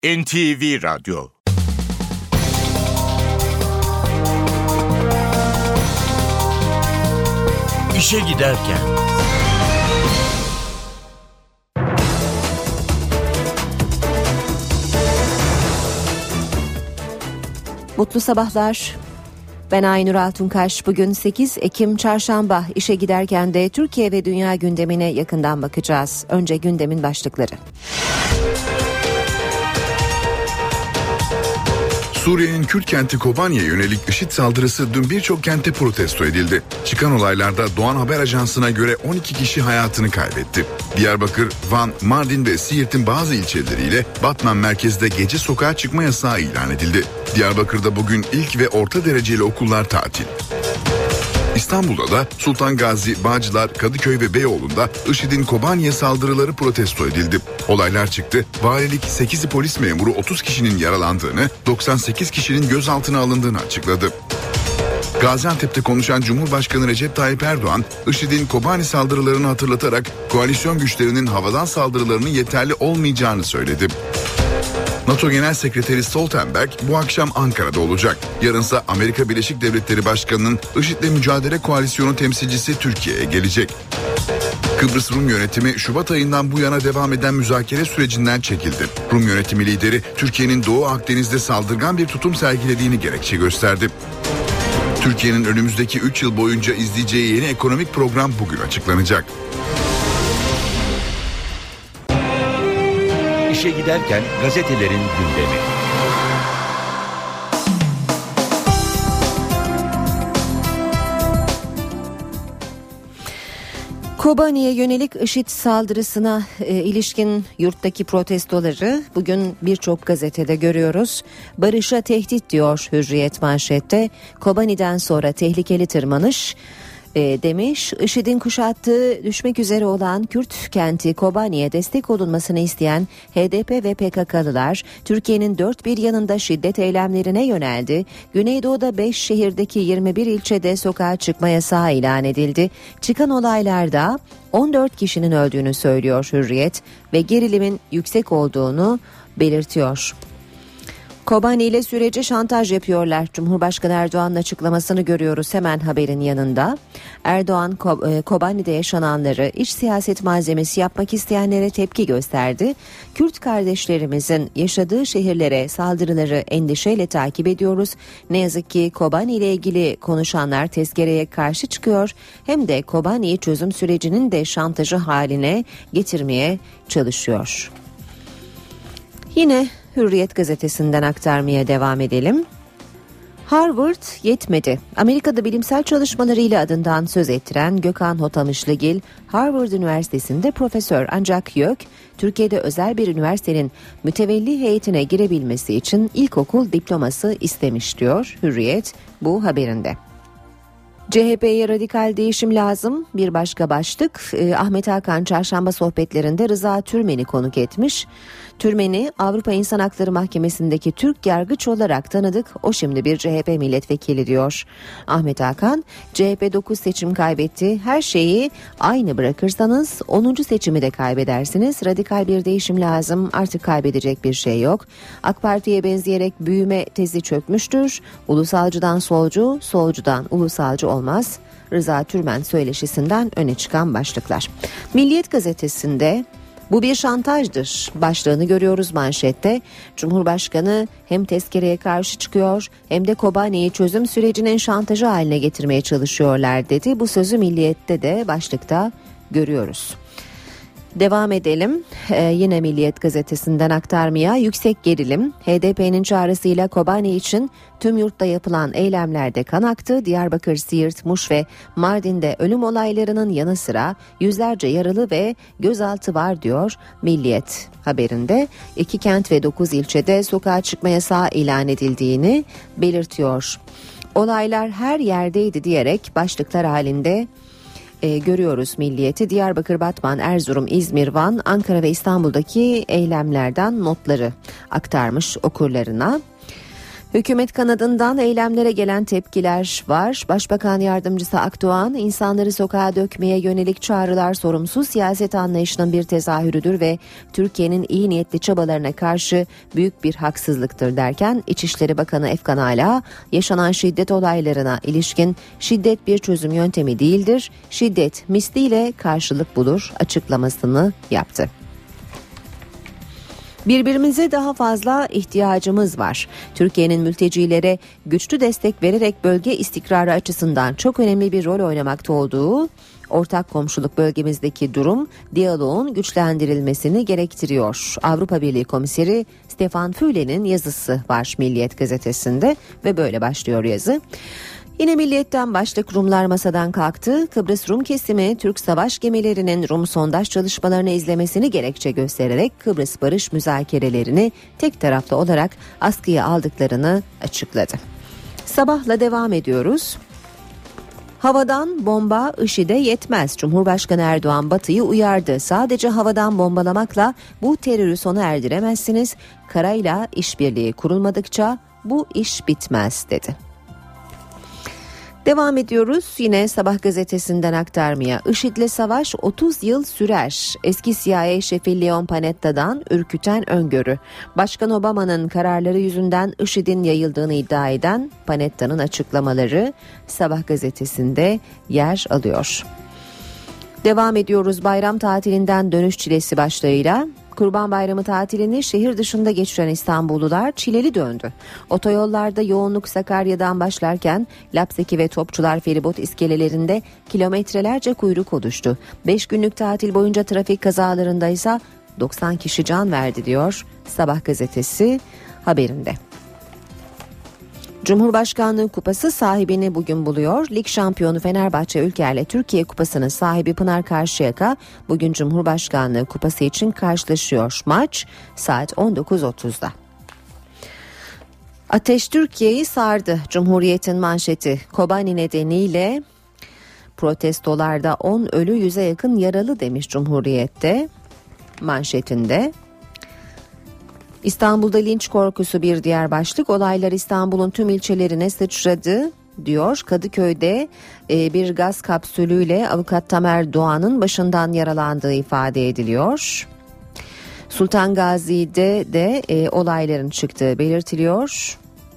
NTV Radyo. İşe giderken. Mutlu sabahlar. Ben Aynur Altunkaş. Bugün 8 Ekim Çarşamba. İşe giderken de Türkiye ve dünya gündemine yakından bakacağız. Önce gündemin başlıkları. Suriye'nin Kürt kenti Kobani'ye yönelik IŞİD saldırısı dün birçok kentte protesto edildi. Çıkan olaylarda Doğan Haber Ajansı'na göre 12 kişi hayatını kaybetti. Diyarbakır, Van, Mardin ve Siirt'in bazı ilçeleriyle Batman merkezde gece sokağa çıkma yasağı ilan edildi. Diyarbakır'da bugün ilk ve orta dereceli okullar tatil. İstanbul'da da Sultan Gazi, Bağcılar, Kadıköy ve Beyoğlu'nda IŞİD'in Kobani'ye saldırıları protesto edildi. Olaylar çıktı. Valilik 8 polis memuru 30 kişinin yaralandığını, 98 kişinin gözaltına alındığını açıkladı. Gaziantep'te konuşan Cumhurbaşkanı Recep Tayyip Erdoğan, IŞİD'in Kobani saldırılarını hatırlatarak koalisyon güçlerinin havadan saldırılarının yeterli olmayacağını söyledi. NATO Genel Sekreteri Stoltenberg bu akşam Ankara'da olacak. Yarınsa Amerika Birleşik Devletleri Başkanı'nın IŞİD'le mücadele koalisyonu temsilcisi Türkiye'ye gelecek. Kıbrıs Rum yönetimi Şubat ayından bu yana devam eden müzakere sürecinden çekildi. Rum yönetimi lideri Türkiye'nin Doğu Akdeniz'de saldırgan bir tutum sergilediğini gerekçe gösterdi. Türkiye'nin önümüzdeki 3 yıl boyunca izleyeceği yeni ekonomik program bugün açıklanacak. İşe giderken gazetelerin gündemi. Kobani'ye yönelik IŞİD saldırısına ilişkin yurttaki protestoları bugün birçok gazetede görüyoruz. Barış'a tehdit diyor Hürriyet manşette. Kobani'den sonra tehlikeli tırmanış demiş. IŞİD'in kuşattığı düşmek üzere olan Kürt kenti Kobani'ye destek olunmasını isteyen HDP ve PKK'lılar Türkiye'nin dört bir yanında şiddet eylemlerine yöneldi. Güneydoğu'da 5 şehirdeki 21 ilçede sokağa çıkma yasağı ilan edildi. Çıkan olaylarda 14 kişinin öldüğünü söylüyor Hürriyet ve gerilimin yüksek olduğunu belirtiyor. Kobani ile sürece şantaj yapıyorlar. Cumhurbaşkanı Erdoğan'ın açıklamasını görüyoruz hemen haberin yanında. Erdoğan Kobani'de yaşananları iç siyaset malzemesi yapmak isteyenlere tepki gösterdi. Kürt kardeşlerimizin yaşadığı şehirlere saldırıları endişeyle takip ediyoruz. Ne yazık ki Kobani ile ilgili konuşanlar tezkereye karşı çıkıyor. Hem de Kobani'yi çözüm sürecinin de şantajı haline getirmeye çalışıyor. Yine Hürriyet gazetesinden aktarmaya devam edelim. Harvard yetmedi. Amerika'da bilimsel çalışmalarıyla adından söz ettiren Gökhan Hotamışlıgil, Harvard Üniversitesi'nde profesör ancak YÖK, Türkiye'de özel bir üniversitenin mütevelli heyetine girebilmesi için ilkokul diploması istemiş diyor Hürriyet bu haberinde. CHP'ye radikal değişim lazım. Bir başka başlık Ahmet Hakan çarşamba sohbetlerinde Rıza Türmen'i konuk etmiş. Türmen'i Avrupa İnsan Hakları Mahkemesi'ndeki Türk yargıç olarak tanıdık. O şimdi bir CHP milletvekili diyor. Ahmet Hakan, CHP 9 seçim kaybetti. Her şeyi aynı bırakırsanız 10. seçimi de kaybedersiniz. Radikal bir değişim lazım. Artık kaybedecek bir şey yok. AK Parti'ye benzeyerek büyüme tezi çökmüştür. Ulusalcıdan solcu, solcudan ulusalcı olmaz. Rıza Türmen söyleşisinden öne çıkan başlıklar. Milliyet gazetesinde bu bir şantajdır başlığını görüyoruz manşette. Cumhurbaşkanı hem tezkereye karşı çıkıyor hem de Kobani'yi çözüm sürecinin şantajı haline getirmeye çalışıyorlar dedi. Bu sözü Milliyet'te de başlıkta görüyoruz. Devam edelim. Yine Milliyet gazetesinden aktarmaya yüksek gerilim. HDP'nin çağrısıyla Kobani için tüm yurtta yapılan eylemlerde kan aktı. Diyarbakır, Siirt, Muş ve Mardin'de ölüm olaylarının yanı sıra yüzlerce yaralı ve gözaltı var diyor Milliyet haberinde. 2 kent ve 9 ilçede sokağa çıkma yasağı ilan edildiğini belirtiyor. Olaylar her yerdeydi diyerek başlıklar halinde görüyoruz Milliyet'i. Diyarbakır, Batman, Erzurum, İzmir, Van, Ankara ve İstanbul'daki eylemlerden notları aktarmış okurlarına. Hükümet kanadından eylemlere gelen tepkiler var. Başbakan Yardımcısı Akdoğan, insanları sokağa dökmeye yönelik çağrılar sorumsuz siyaset anlayışının bir tezahürüdür ve Türkiye'nin iyi niyetli çabalarına karşı büyük bir haksızlıktır derken, İçişleri Bakanı Efkan Ala, yaşanan şiddet olaylarına ilişkin şiddet bir çözüm yöntemi değildir, şiddet misliyle karşılık bulur açıklamasını yaptı. Birbirimize daha fazla ihtiyacımız var. Türkiye'nin mültecilere güçlü destek vererek bölge istikrarı açısından çok önemli bir rol oynamakta olduğu ortak komşuluk bölgemizdeki durum diyaloğun güçlendirilmesini gerektiriyor. Avrupa Birliği Komiseri Stefan Füle'nin yazısı var Milliyet gazetesinde ve böyle başlıyor yazı. Yine Milliyet'ten başlık Rumlar masadan kalktı. Kıbrıs Rum kesimi Türk savaş gemilerinin Rum sondaj çalışmalarını izlemesini gerekçe göstererek Kıbrıs barış müzakerelerini tek taraflı olarak askıya aldıklarını açıkladı. Sabahla devam ediyoruz. Havadan bomba IŞİD'e yetmez. Cumhurbaşkanı Erdoğan Batı'yı uyardı. Sadece havadan bombalamakla bu terörü sona erdiremezsiniz. Karayla işbirliği kurulmadıkça bu iş bitmez dedi. Devam ediyoruz yine Sabah gazetesinden aktarmaya. IŞİD'le savaş 30 yıl sürer. Eski CIA şefi Leon Panetta'dan ürküten öngörü. Başkan Obama'nın kararları yüzünden IŞİD'in yayıldığını iddia eden Panetta'nın açıklamaları Sabah gazetesinde yer alıyor. Devam ediyoruz bayram tatilinden dönüş çilesi başlığıyla. Kurban Bayramı tatilini şehir dışında geçiren İstanbullular çileli döndü. Otoyollarda yoğunluk Sakarya'dan başlarken Lapseki ve Topçular feribot iskelelerinde kilometrelerce kuyruk oluştu. 5 günlük tatil boyunca trafik kazalarında ise 90 kişi can verdi diyor Sabah gazetesi haberinde. Cumhurbaşkanlığı Kupası sahibini bugün buluyor. Lig şampiyonu Fenerbahçe Ülker'le Türkiye Kupası'nın sahibi Pınar Karşıyaka bugün Cumhurbaşkanlığı Kupası için karşılaşıyor. Maç saat 19.30'da. Ateş Türkiye'yi sardı. Cumhuriyet'in manşeti Kobani nedeniyle protestolarda 10 ölü 100'e yakın yaralı demiş Cumhuriyet'te manşetinde. İstanbul'da linç korkusu bir diğer başlık. Olaylar İstanbul'un tüm ilçelerine sıçradı diyor. Kadıköy'de bir gaz kapsülüyle avukat Tamer Doğan'ın başından yaralandığı ifade ediliyor. Sultan Gazi'de de olayların çıktığı belirtiliyor.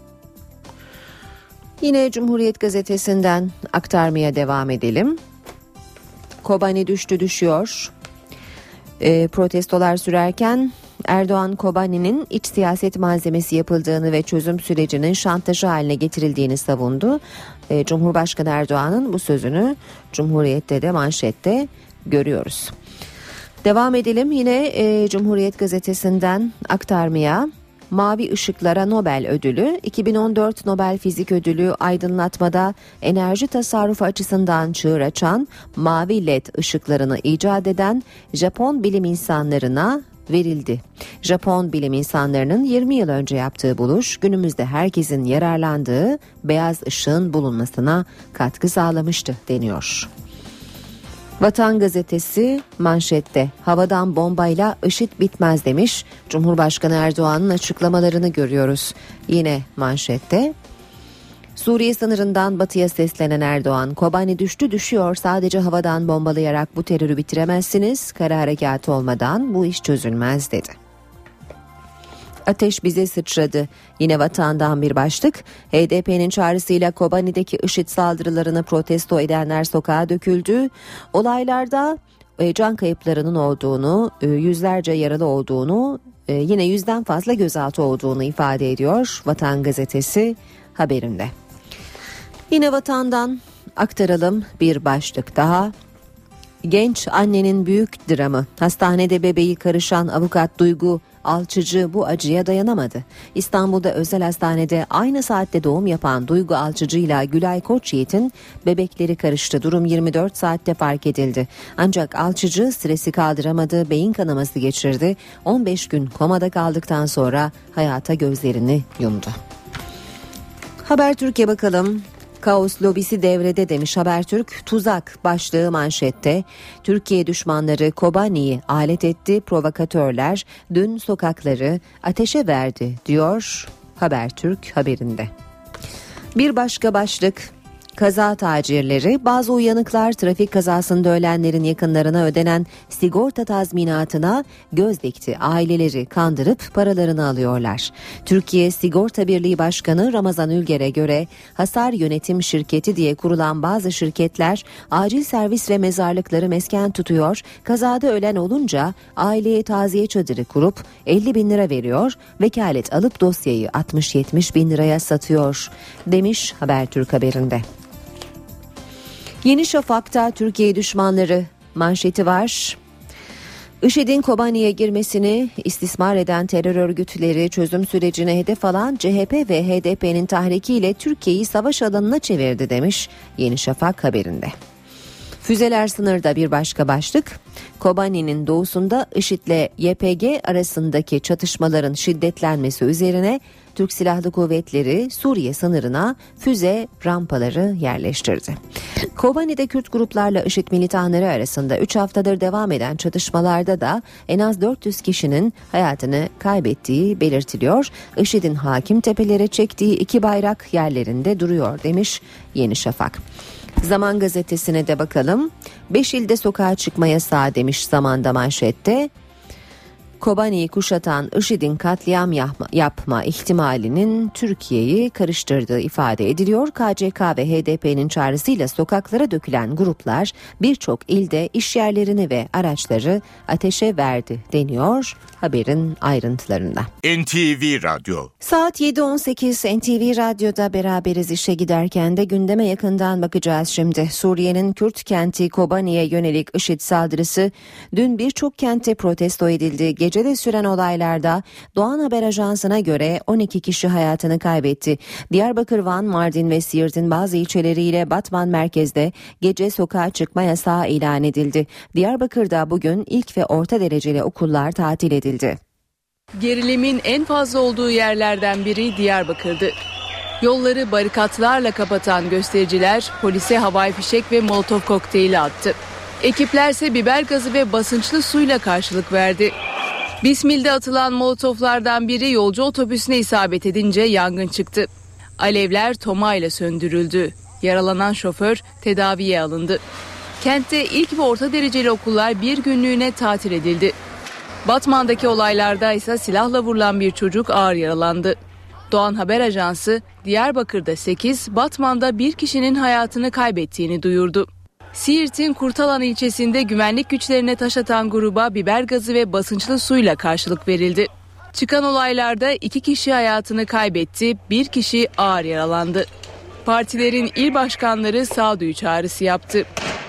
Yine Cumhuriyet gazetesinden aktarmaya devam edelim. Kobani düşüyor. Protestolar sürerken Erdoğan Kobani'nin iç siyaset malzemesi yapıldığını ve çözüm sürecinin şantajı haline getirildiğini savundu. Cumhurbaşkanı Erdoğan'ın bu sözünü Cumhuriyet'te de manşette görüyoruz. Devam edelim yine Cumhuriyet gazetesinden aktarmaya. Mavi ışıklara Nobel ödülü, 2014 Nobel Fizik Ödülü aydınlatmada enerji tasarrufu açısından çığır açan mavi led ışıklarını icat eden Japon bilim insanlarına verildi. Japon bilim insanlarının 20 yıl önce yaptığı buluş günümüzde herkesin yararlandığı beyaz ışığın bulunmasına katkı sağlamıştı deniyor. Vatan gazetesi manşette havadan bombayla IŞİD bitmez demiş. Cumhurbaşkanı Erdoğan'ın açıklamalarını görüyoruz. Yine manşette Suriye sınırından batıya seslenen Erdoğan, Kobani düşüyor, sadece havadan bombalayarak bu terörü bitiremezsiniz, kara harekatı olmadan bu iş çözülmez dedi. Ateş bize sıçradı. Yine Vatan'dan bir başlık. HDP'nin çağrısıyla Kobani'deki IŞİD saldırılarını protesto edenler sokağa döküldü. Olaylarda can kayıplarının olduğunu, yüzlerce yaralı olduğunu, yine 100'den fazla gözaltı olduğunu ifade ediyor Vatan gazetesi haberinde. Yine Vatan'dan aktaralım bir başlık daha. Genç annenin büyük dramı. Hastanede bebeği karışan avukat Duygu Alçıcı bu acıya dayanamadı. İstanbul'da özel hastanede aynı saatte doğum yapan Duygu Alçıcı ile Gülay Koçyiğit'in bebekleri karıştı. Durum 24 saatte fark edildi. Ancak Alçıcı stresi kaldıramadı, beyin kanaması geçirdi. 15 gün komada kaldıktan sonra hayata gözlerini yumdu. Habertürk'e bakalım. Kaos lobisi devrede demiş Habertürk. Tuzak başlığı manşette. Türkiye düşmanları Kobani'yi alet etti. Provokatörler dün sokakları ateşe verdi diyor Habertürk haberinde. Bir başka başlık: kaza tacirleri, bazı uyanıklar trafik kazasında ölenlerin yakınlarına ödenen sigorta tazminatına göz dikti. Aileleri kandırıp paralarını alıyorlar. Türkiye Sigorta Birliği Başkanı Ramazan Ülger'e göre hasar yönetim şirketi diye kurulan bazı şirketler acil servis ve mezarlıkları mesken tutuyor. Kazada ölen olunca aileye taziye çadırı kurup 50 bin lira veriyor. Vekalet alıp dosyayı 60-70 bin liraya satıyor demiş Habertürk haberinde. Yeni Şafak'ta Türkiye düşmanları manşeti var. IŞİD'in Kobani'ye girmesini istismar eden terör örgütleri çözüm sürecine hedef alan CHP ve HDP'nin tahrikiyle Türkiye'yi savaş alanına çevirdi demiş Yeni Şafak haberinde. Füzeler sınırda bir başka başlık. Kobani'nin doğusunda IŞİD'le YPG arasındaki çatışmaların şiddetlenmesi üzerine Türk Silahlı Kuvvetleri Suriye sınırına füze rampaları yerleştirdi. Kobani'de Kürt gruplarla IŞİD militanları arasında 3 haftadır devam eden çatışmalarda da en az 400 kişinin hayatını kaybettiği belirtiliyor. IŞİD'in hakim tepelere çektiği 2 bayrak yerlerinde duruyor demiş Yeni Şafak. Zaman gazetesine de bakalım. 5 ilde sokağa çıkma yasağı demiş Zaman'da manşette. Kobani'yi kuşatan IŞİD'in katliam yapma ihtimalinin Türkiye'yi karıştırdığı ifade ediliyor. KCK ve HDP'nin çağrısıyla sokaklara dökülen gruplar birçok ilde iş yerlerini ve araçları ateşe verdi deniyor haberin ayrıntılarında. NTV Radyo. Saat 7.18 NTV Radyo'da beraberiz. İşe giderken de gündeme yakından bakacağız şimdi. Suriye'nin Kürt kenti Kobani'ye yönelik IŞİD saldırısı dün birçok kentte protesto edildi. Gecede süren olaylarda Doğan Haber Ajansı'na göre 12 kişi hayatını kaybetti. Diyarbakır, Van, Mardin ve Siirt'in bazı ilçeleriyle Batman merkezde gece sokağa çıkma yasağı ilan edildi. Diyarbakır'da bugün ilk ve orta dereceli okullar tatil edildi. Gerilimin en fazla olduğu yerlerden biri Diyarbakır'dı. Yolları barikatlarla kapatan göstericiler polise havai fişek ve molotof kokteyli attı. Ekiplerse biber gazı ve basınçlı suyla karşılık verdi. Bismil'de atılan molotoflardan biri yolcu otobüsüne isabet edince yangın çıktı. Alevler tomayla söndürüldü. Yaralanan şoför tedaviye alındı. Kentte ilk ve orta dereceli okullar bir günlüğüne tatil edildi. Batman'daki olaylarda ise silahla vurulan bir çocuk ağır yaralandı. Doğan Haber Ajansı Diyarbakır'da 8, Batman'da bir kişinin hayatını kaybettiğini duyurdu. Siirt'in Kurtalan ilçesinde güvenlik güçlerine taş atan gruba biber gazı ve basınçlı suyla karşılık verildi. Çıkan olaylarda 2 kişi hayatını kaybetti, 1 kişi ağır yaralandı. Partilerin il başkanları sağduyu çağrısı yaptı.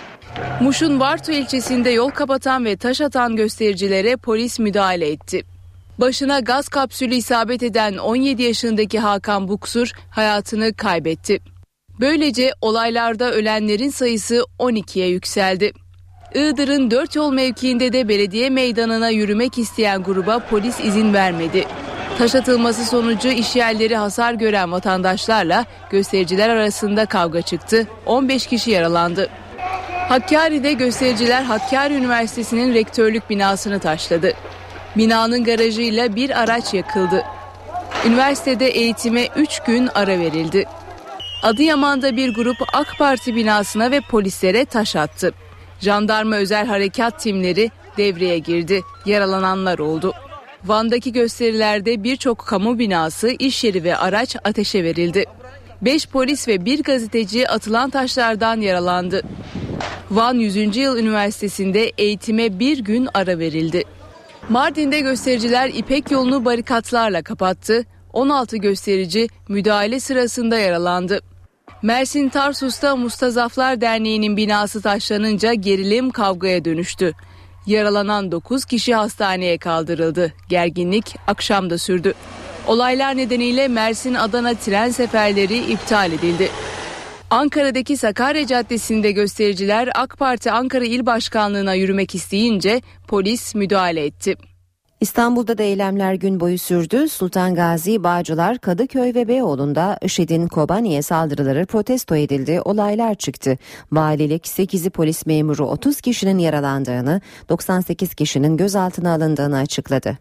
Muş'un Varto ilçesinde yol kapatan ve taş atan göstericilere polis müdahale etti. Başına gaz kapsülü isabet eden 17 yaşındaki Hakan Buksur hayatını kaybetti. Böylece olaylarda ölenlerin sayısı 12'ye yükseldi. Iğdır'ın 4 yol mevkiinde de belediye meydanına yürümek isteyen gruba polis izin vermedi. Taş atılması sonucu işyerleri hasar gören vatandaşlarla göstericiler arasında kavga çıktı. 15 kişi yaralandı. Hakkari'de göstericiler Hakkari Üniversitesi'nin rektörlük binasını taşladı. Binanın garajıyla bir araç yakıldı. Üniversitede eğitime 3 gün ara verildi. Adıyaman'da bir grup AK Parti binasına ve polislere taş attı. Jandarma özel harekat timleri devreye girdi. Yaralananlar oldu. Van'daki gösterilerde birçok kamu binası, iş yeri ve araç ateşe verildi. 5 polis ve 1 gazeteci atılan taşlardan yaralandı. Van 100. Yıl Üniversitesi'nde eğitime bir gün ara verildi. Mardin'de göstericiler İpek yolunu barikatlarla kapattı. 16 gösterici müdahale sırasında yaralandı. Mersin Tarsus'ta Mustazaflar Derneği'nin binası taşlanınca gerilim kavgaya dönüştü. Yaralanan 9 kişi hastaneye kaldırıldı. Gerginlik akşam da sürdü. Olaylar nedeniyle Mersin-Adana tren seferleri iptal edildi. Ankara'daki Sakarya Caddesi'nde göstericiler AK Parti Ankara İl Başkanlığı'na yürümek isteyince polis müdahale etti. İstanbul'da da eylemler gün boyu sürdü. Sultan Gazi, Bağcılar, Kadıköy ve Beyoğlu'nda IŞİD'in Kobani'ye saldırıları protesto edildi. Olaylar çıktı. Valilik 8'i polis memuru 30 kişinin yaralandığını, 98 kişinin gözaltına alındığını açıkladı.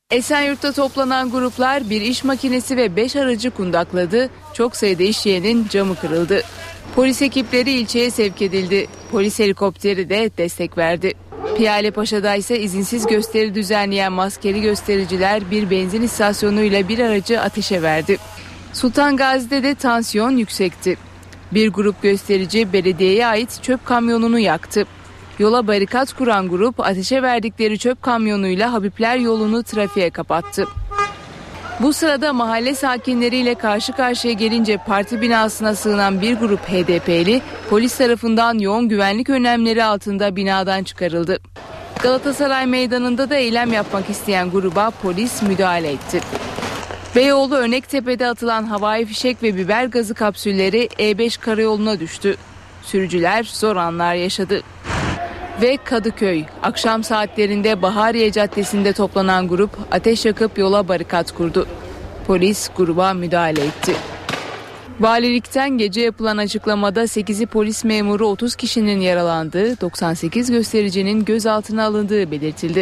Esenyurt'ta toplanan gruplar bir iş makinesi ve 5 aracı kundakladı. Çok sayıda iş yerinin camı kırıldı. Polis ekipleri ilçeye sevk edildi. Polis helikopteri de destek verdi. Piyalepaşa'da ise izinsiz gösteri düzenleyen maskeli göstericiler bir benzin istasyonuyla bir aracı ateşe verdi. Sultan Gazi'de de tansiyon yüksekti. Bir grup gösterici belediyeye ait çöp kamyonunu yaktı. Yola barikat kuran grup ateşe verdikleri çöp kamyonuyla Habibler yolunu trafiğe kapattı. Bu sırada mahalle sakinleriyle karşı karşıya gelince parti binasına sığınan bir grup HDP'li polis tarafından yoğun güvenlik önlemleri altında binadan çıkarıldı. Galatasaray Meydanı'nda da eylem yapmak isteyen gruba polis müdahale etti. Beyoğlu Örnektepe'de atılan havai fişek ve biber gazı kapsülleri E5 karayoluna düştü. Sürücüler zor anlar yaşadı. Ve Kadıköy, akşam saatlerinde Bahariye Caddesi'nde toplanan grup ateş yakıp yola barikat kurdu. Polis gruba müdahale etti. Valilikten gece yapılan açıklamada 8'i polis memuru 30 kişinin yaralandığı, 98 göstericinin gözaltına alındığı belirtildi.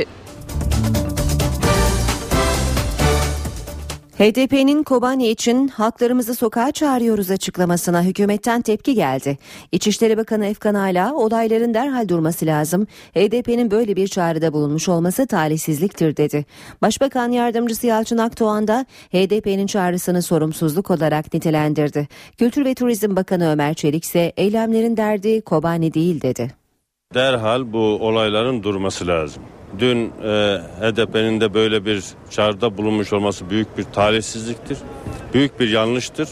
HDP'nin Kobani için halklarımızı sokağa çağırıyoruz açıklamasına hükümetten tepki geldi. İçişleri Bakanı Efkan Ala olayların derhal durması lazım. HDP'nin böyle bir çağrıda bulunmuş olması talihsizliktir dedi. Başbakan Yardımcısı Yalçın Akdoğan da HDP'nin çağrısını sorumsuzluk olarak nitelendirdi. Kültür ve Turizm Bakanı Ömer Çelik ise eylemlerin derdi Kobani değil dedi. Derhal bu olayların durması lazım. Dün HDP'nin de böyle bir çağrıda bulunmuş olması büyük bir talihsizliktir. Büyük bir yanlıştır.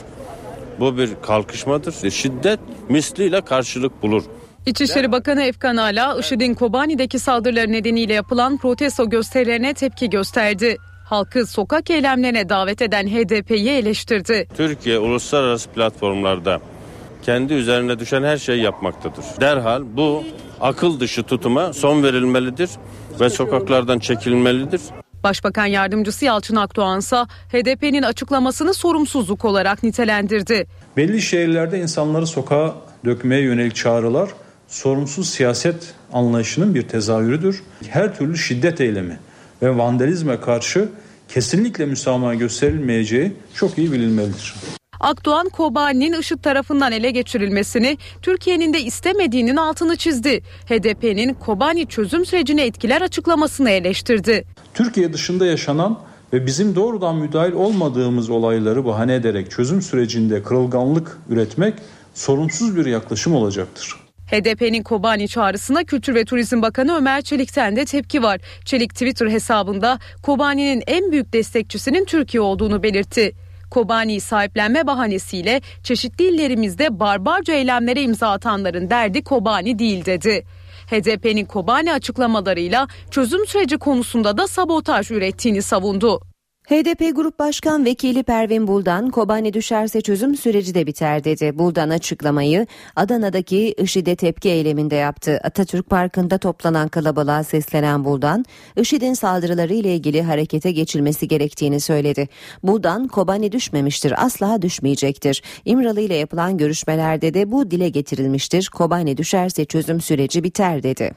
Bu bir kalkışmadır. Şiddet misliyle karşılık bulur. İçişleri Bakanı Efkan Ala, IŞİD'in Kobani'deki saldırıları nedeniyle yapılan protesto gösterilerine tepki gösterdi. Halkı sokak eylemlerine davet eden HDP'yi eleştirdi. Türkiye uluslararası platformlarda kendi üzerine düşen her şeyi yapmaktadır. Derhal bu akıl dışı tutuma son verilmelidir ve sokaklardan çekilmelidir. Başbakan Yardımcısı Yalçın Akdoğan ise HDP'nin açıklamasını sorumsuzluk olarak nitelendirdi. Belli şehirlerde insanları sokağa dökmeye yönelik çağrılar sorumsuz siyaset anlayışının bir tezahürüdür. Her türlü şiddet eylemi ve vandalizme karşı kesinlikle müsamaha gösterilmeyeceği çok iyi bilinmelidir. Akdoğan, Kobani'nin IŞİD tarafından ele geçirilmesini Türkiye'nin de istemediğinin altını çizdi. HDP'nin Kobani çözüm sürecini etkiler açıklamasını eleştirdi. Türkiye dışında yaşanan ve bizim doğrudan müdahil olmadığımız olayları bahane ederek çözüm sürecinde kırılganlık üretmek sorumsuz bir yaklaşım olacaktır. HDP'nin Kobani çağrısına Kültür ve Turizm Bakanı Ömer Çelik'ten de tepki var. Çelik Twitter hesabında Kobani'nin en büyük destekçisinin Türkiye olduğunu belirtti. Kobani'yi sahiplenme bahanesiyle çeşitli illerimizde barbarca eylemlere imza atanların derdi Kobani değil dedi. HDP'nin Kobani açıklamalarıyla çözüm süreci konusunda da sabotaj ürettiğini savundu. HDP Grup Başkan Vekili Pervin Buldan, Kobani düşerse çözüm süreci de biter dedi. Buldan açıklamayı Adana'daki IŞİD'e tepki eyleminde yaptı. Atatürk Parkı'nda toplanan kalabalığa seslenen Buldan, IŞİD'in saldırıları ile ilgili harekete geçilmesi gerektiğini söyledi. Buldan, Kobani düşmemiştir, asla düşmeyecektir. İmralı ile yapılan görüşmelerde de bu dile getirilmiştir. Kobani düşerse çözüm süreci biter dedi.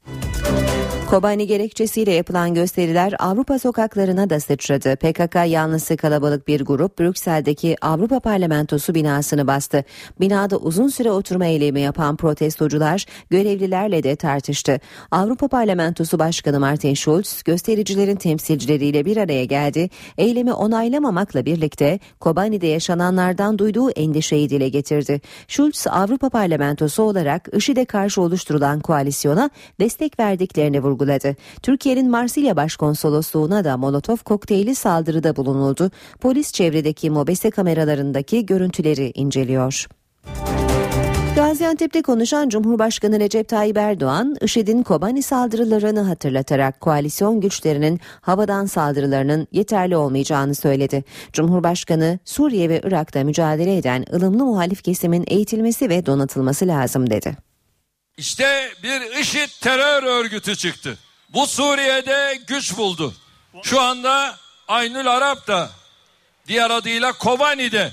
Kobani gerekçesiyle yapılan gösteriler Avrupa sokaklarına da sıçradı. PKK yanlısı kalabalık bir grup Brüksel'deki Avrupa Parlamentosu binasını bastı. Binada uzun süre oturma eylemi yapan protestocular görevlilerle de tartıştı. Avrupa Parlamentosu Başkanı Martin Schulz göstericilerin temsilcileriyle bir araya geldi. Eylemi onaylamamakla birlikte Kobani'de yaşananlardan duyduğu endişeyi dile getirdi. Schulz, Avrupa Parlamentosu olarak IŞİD'e karşı oluşturulan koalisyona destek verdiklerini vurguladı. Türkiye'nin Marsilya Başkonsolosluğu'na da Molotov kokteyli saldırıda bulunuldu. Polis çevredeki mobese kameralarındaki görüntüleri inceliyor. Gaziantep'te konuşan Cumhurbaşkanı Recep Tayyip Erdoğan, IŞİD'in Kobani saldırılarını hatırlatarak koalisyon güçlerinin havadan saldırılarının yeterli olmayacağını söyledi. Cumhurbaşkanı, Suriye ve Irak'ta mücadele eden ılımlı muhalif kesimin eğitilmesi ve donatılması lazım dedi. İşte bir IŞİD terör örgütü çıktı. Bu Suriye'de güç buldu. Şu anda Aynül Arap da diğer adıyla Kobani'de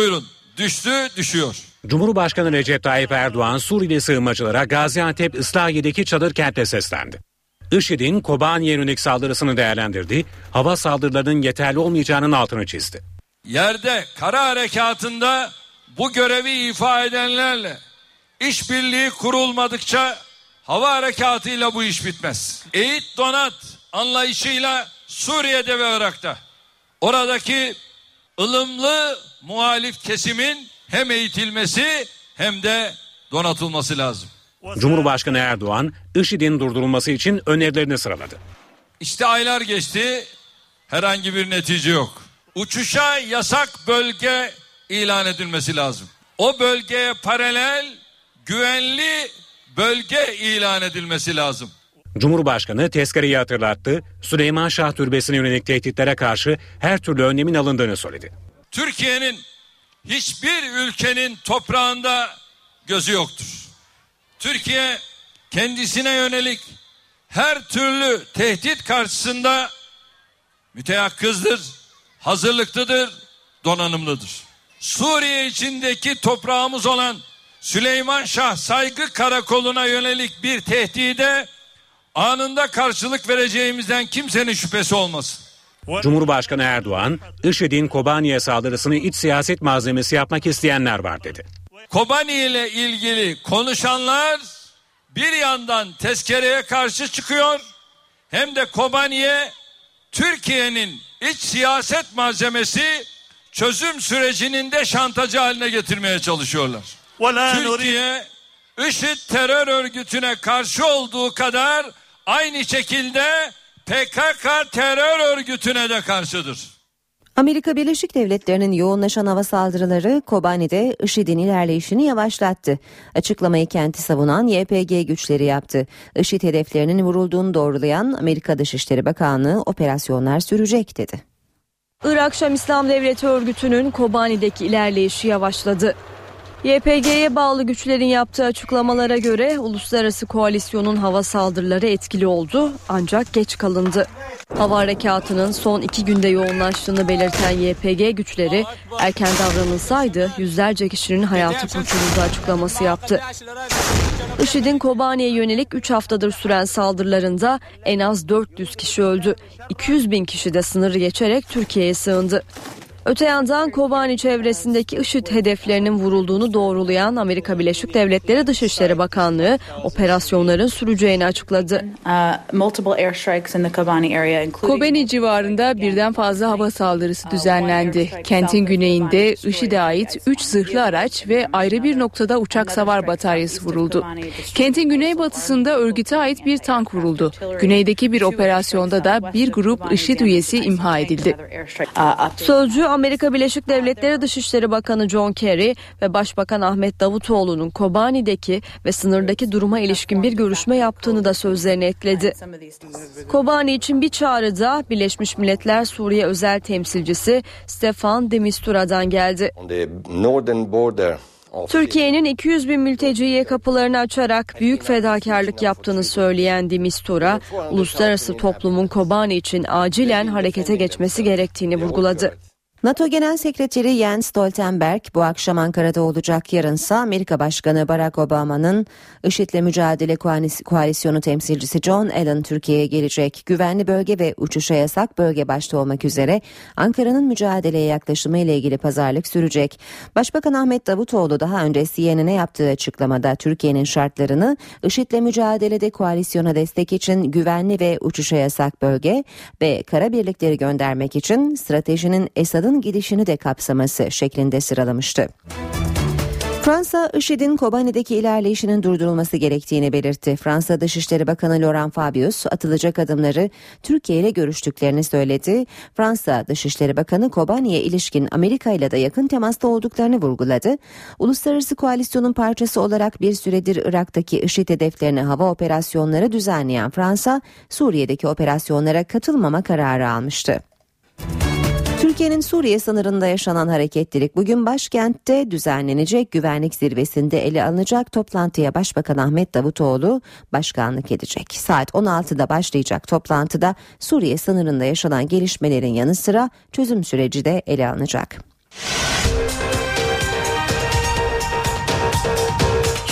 düşüyor. Cumhurbaşkanı Recep Tayyip Erdoğan Suriyeli sığınmacılara Gaziantep Islahiye'deki çadır kentte seslendi. IŞİD'in Kobani'ye yönelik saldırısını değerlendirdi, hava saldırılarının yeterli olmayacağının altını çizdi. Yerde, kara harekatında bu görevi ifa edenlerle işbirliği kurulmadıkça hava harekatıyla bu iş bitmez. Eğit donat anlayışıyla Suriye'de ve Irak'ta oradaki ılımlı muhalif kesimin hem eğitilmesi hem de donatılması lazım. Cumhurbaşkanı Erdoğan, IŞİD'in durdurulması için önerilerini sıraladı. İşte aylar geçti, herhangi bir netice yok. Uçuşa yasak bölge ilan edilmesi lazım. O bölgeye paralel güvenli bölge ilan edilmesi lazım. Cumhurbaşkanı tezkereyi hatırlattı, Süleyman Şah Türbesi'ne yönelik tehditlere karşı her türlü önlemin alındığını söyledi. Türkiye'nin hiçbir ülkenin toprağında gözü yoktur. Türkiye kendisine yönelik her türlü tehdit karşısında müteyakkızdır, hazırlıklıdır, donanımlıdır. Suriye içindeki toprağımız olan Süleyman Şah Saygı Karakolu'na yönelik bir tehdide anında karşılık vereceğimizden kimsenin şüphesi olmasın. Cumhurbaşkanı Erdoğan, IŞİD'in Kobani'ye saldırısını iç siyaset malzemesi yapmak isteyenler var dedi. Kobani ile ilgili konuşanlar bir yandan tezkereye karşı çıkıyor, hem de Kobani'ye Türkiye'nin iç siyaset malzemesi çözüm sürecinin de şantajı haline getirmeye çalışıyorlar. Türkiye, IŞİD terör örgütüne karşı olduğu kadar aynı şekilde PKK terör örgütüne de karşıdır. Amerika Birleşik Devletleri'nin yoğunlaşan hava saldırıları Kobani'de IŞİD'in ilerleyişini yavaşlattı. Açıklamayı kenti savunan YPG güçleri yaptı. IŞİD hedeflerinin vurulduğunu doğrulayan Amerika Dışişleri Bakanlığı operasyonlar sürecek dedi. Irak Şam İslam Devleti örgütünün Kobani'deki ilerleyişi yavaşladı. YPG'ye bağlı güçlerin yaptığı açıklamalara göre uluslararası koalisyonun hava saldırıları etkili oldu ancak geç kalındı. Hava harekatının son 2 günde yoğunlaştığını belirten YPG güçleri erken davranılsaydı yüzlerce kişinin hayatı kurtulurdu açıklaması yaptı. IŞİD'in Kobani'ye yönelik 3 haftadır süren saldırılarında en az 400 kişi öldü. 200 bin kişi de sınırı geçerek Türkiye'ye sığındı. Öte yandan Kobani çevresindeki IŞİD hedeflerinin vurulduğunu doğrulayan Amerika Birleşik Devletleri Dışişleri Bakanlığı operasyonların süreceğini açıkladı. Kobani civarında birden fazla hava saldırısı düzenlendi. Kentin güneyinde IŞİD'e ait 3 zırhlı araç ve ayrı bir noktada uçak savar bataryası vuruldu. Kentin güneybatısında örgüte ait bir tank vuruldu. Güneydeki bir operasyonda da bir grup IŞİD üyesi imha edildi. Sözcü Amerika Birleşik Devletleri Dışişleri Bakanı John Kerry ve Başbakan Ahmet Davutoğlu'nun Kobani'deki ve sınırdaki duruma ilişkin bir görüşme yaptığını da sözlerine ekledi. Kobani için bir çağrıda Birleşmiş Milletler Suriye Özel Temsilcisi Staffan de Mistura'dan geldi. Türkiye'nin 200 bin mülteciye kapılarını açarak büyük fedakarlık yaptığını söyleyen de Mistura, uluslararası toplumun Kobani için acilen harekete geçmesi gerektiğini vurguladı. NATO Genel Sekreteri Jens Stoltenberg bu akşam Ankara'da olacak. Yarınsa Amerika Başkanı Barack Obama'nın IŞİD'le mücadele koalisyonu temsilcisi John Allen Türkiye'ye gelecek. Güvenli bölge ve uçuşa yasak bölge başta olmak üzere Ankara'nın mücadeleye yaklaşımı ile ilgili pazarlık sürecek. Başbakan Ahmet Davutoğlu daha önce CNN'e yaptığı açıklamada Türkiye'nin şartlarını IŞİD'le mücadelede koalisyona destek için güvenli ve uçuşa yasak bölge ve kara birlikleri göndermek için stratejinin Esad'ın gidişini de kapsaması şeklinde sıralamıştı. Fransa, IŞİD'in Kobani'deki ilerleyişinin durdurulması gerektiğini belirtti. Fransa Dışişleri Bakanı Laurent Fabius atılacak adımları Türkiye ile görüştüklerini söyledi. Fransa Dışişleri Bakanı Kobani'ye ilişkin Amerika ile de yakın temasta olduklarını vurguladı. Uluslararası koalisyonun parçası olarak bir süredir Irak'taki IŞİD hedeflerine hava operasyonları düzenleyen Fransa, Suriye'deki operasyonlara katılmama kararı almıştı. Türkiye'nin Suriye sınırında yaşanan hareketlilik bugün başkentte düzenlenecek güvenlik zirvesinde ele alınacak toplantıya Başbakan Ahmet Davutoğlu başkanlık edecek. Saat 16'da başlayacak toplantıda Suriye sınırında yaşanan gelişmelerin yanı sıra çözüm süreci de ele alınacak.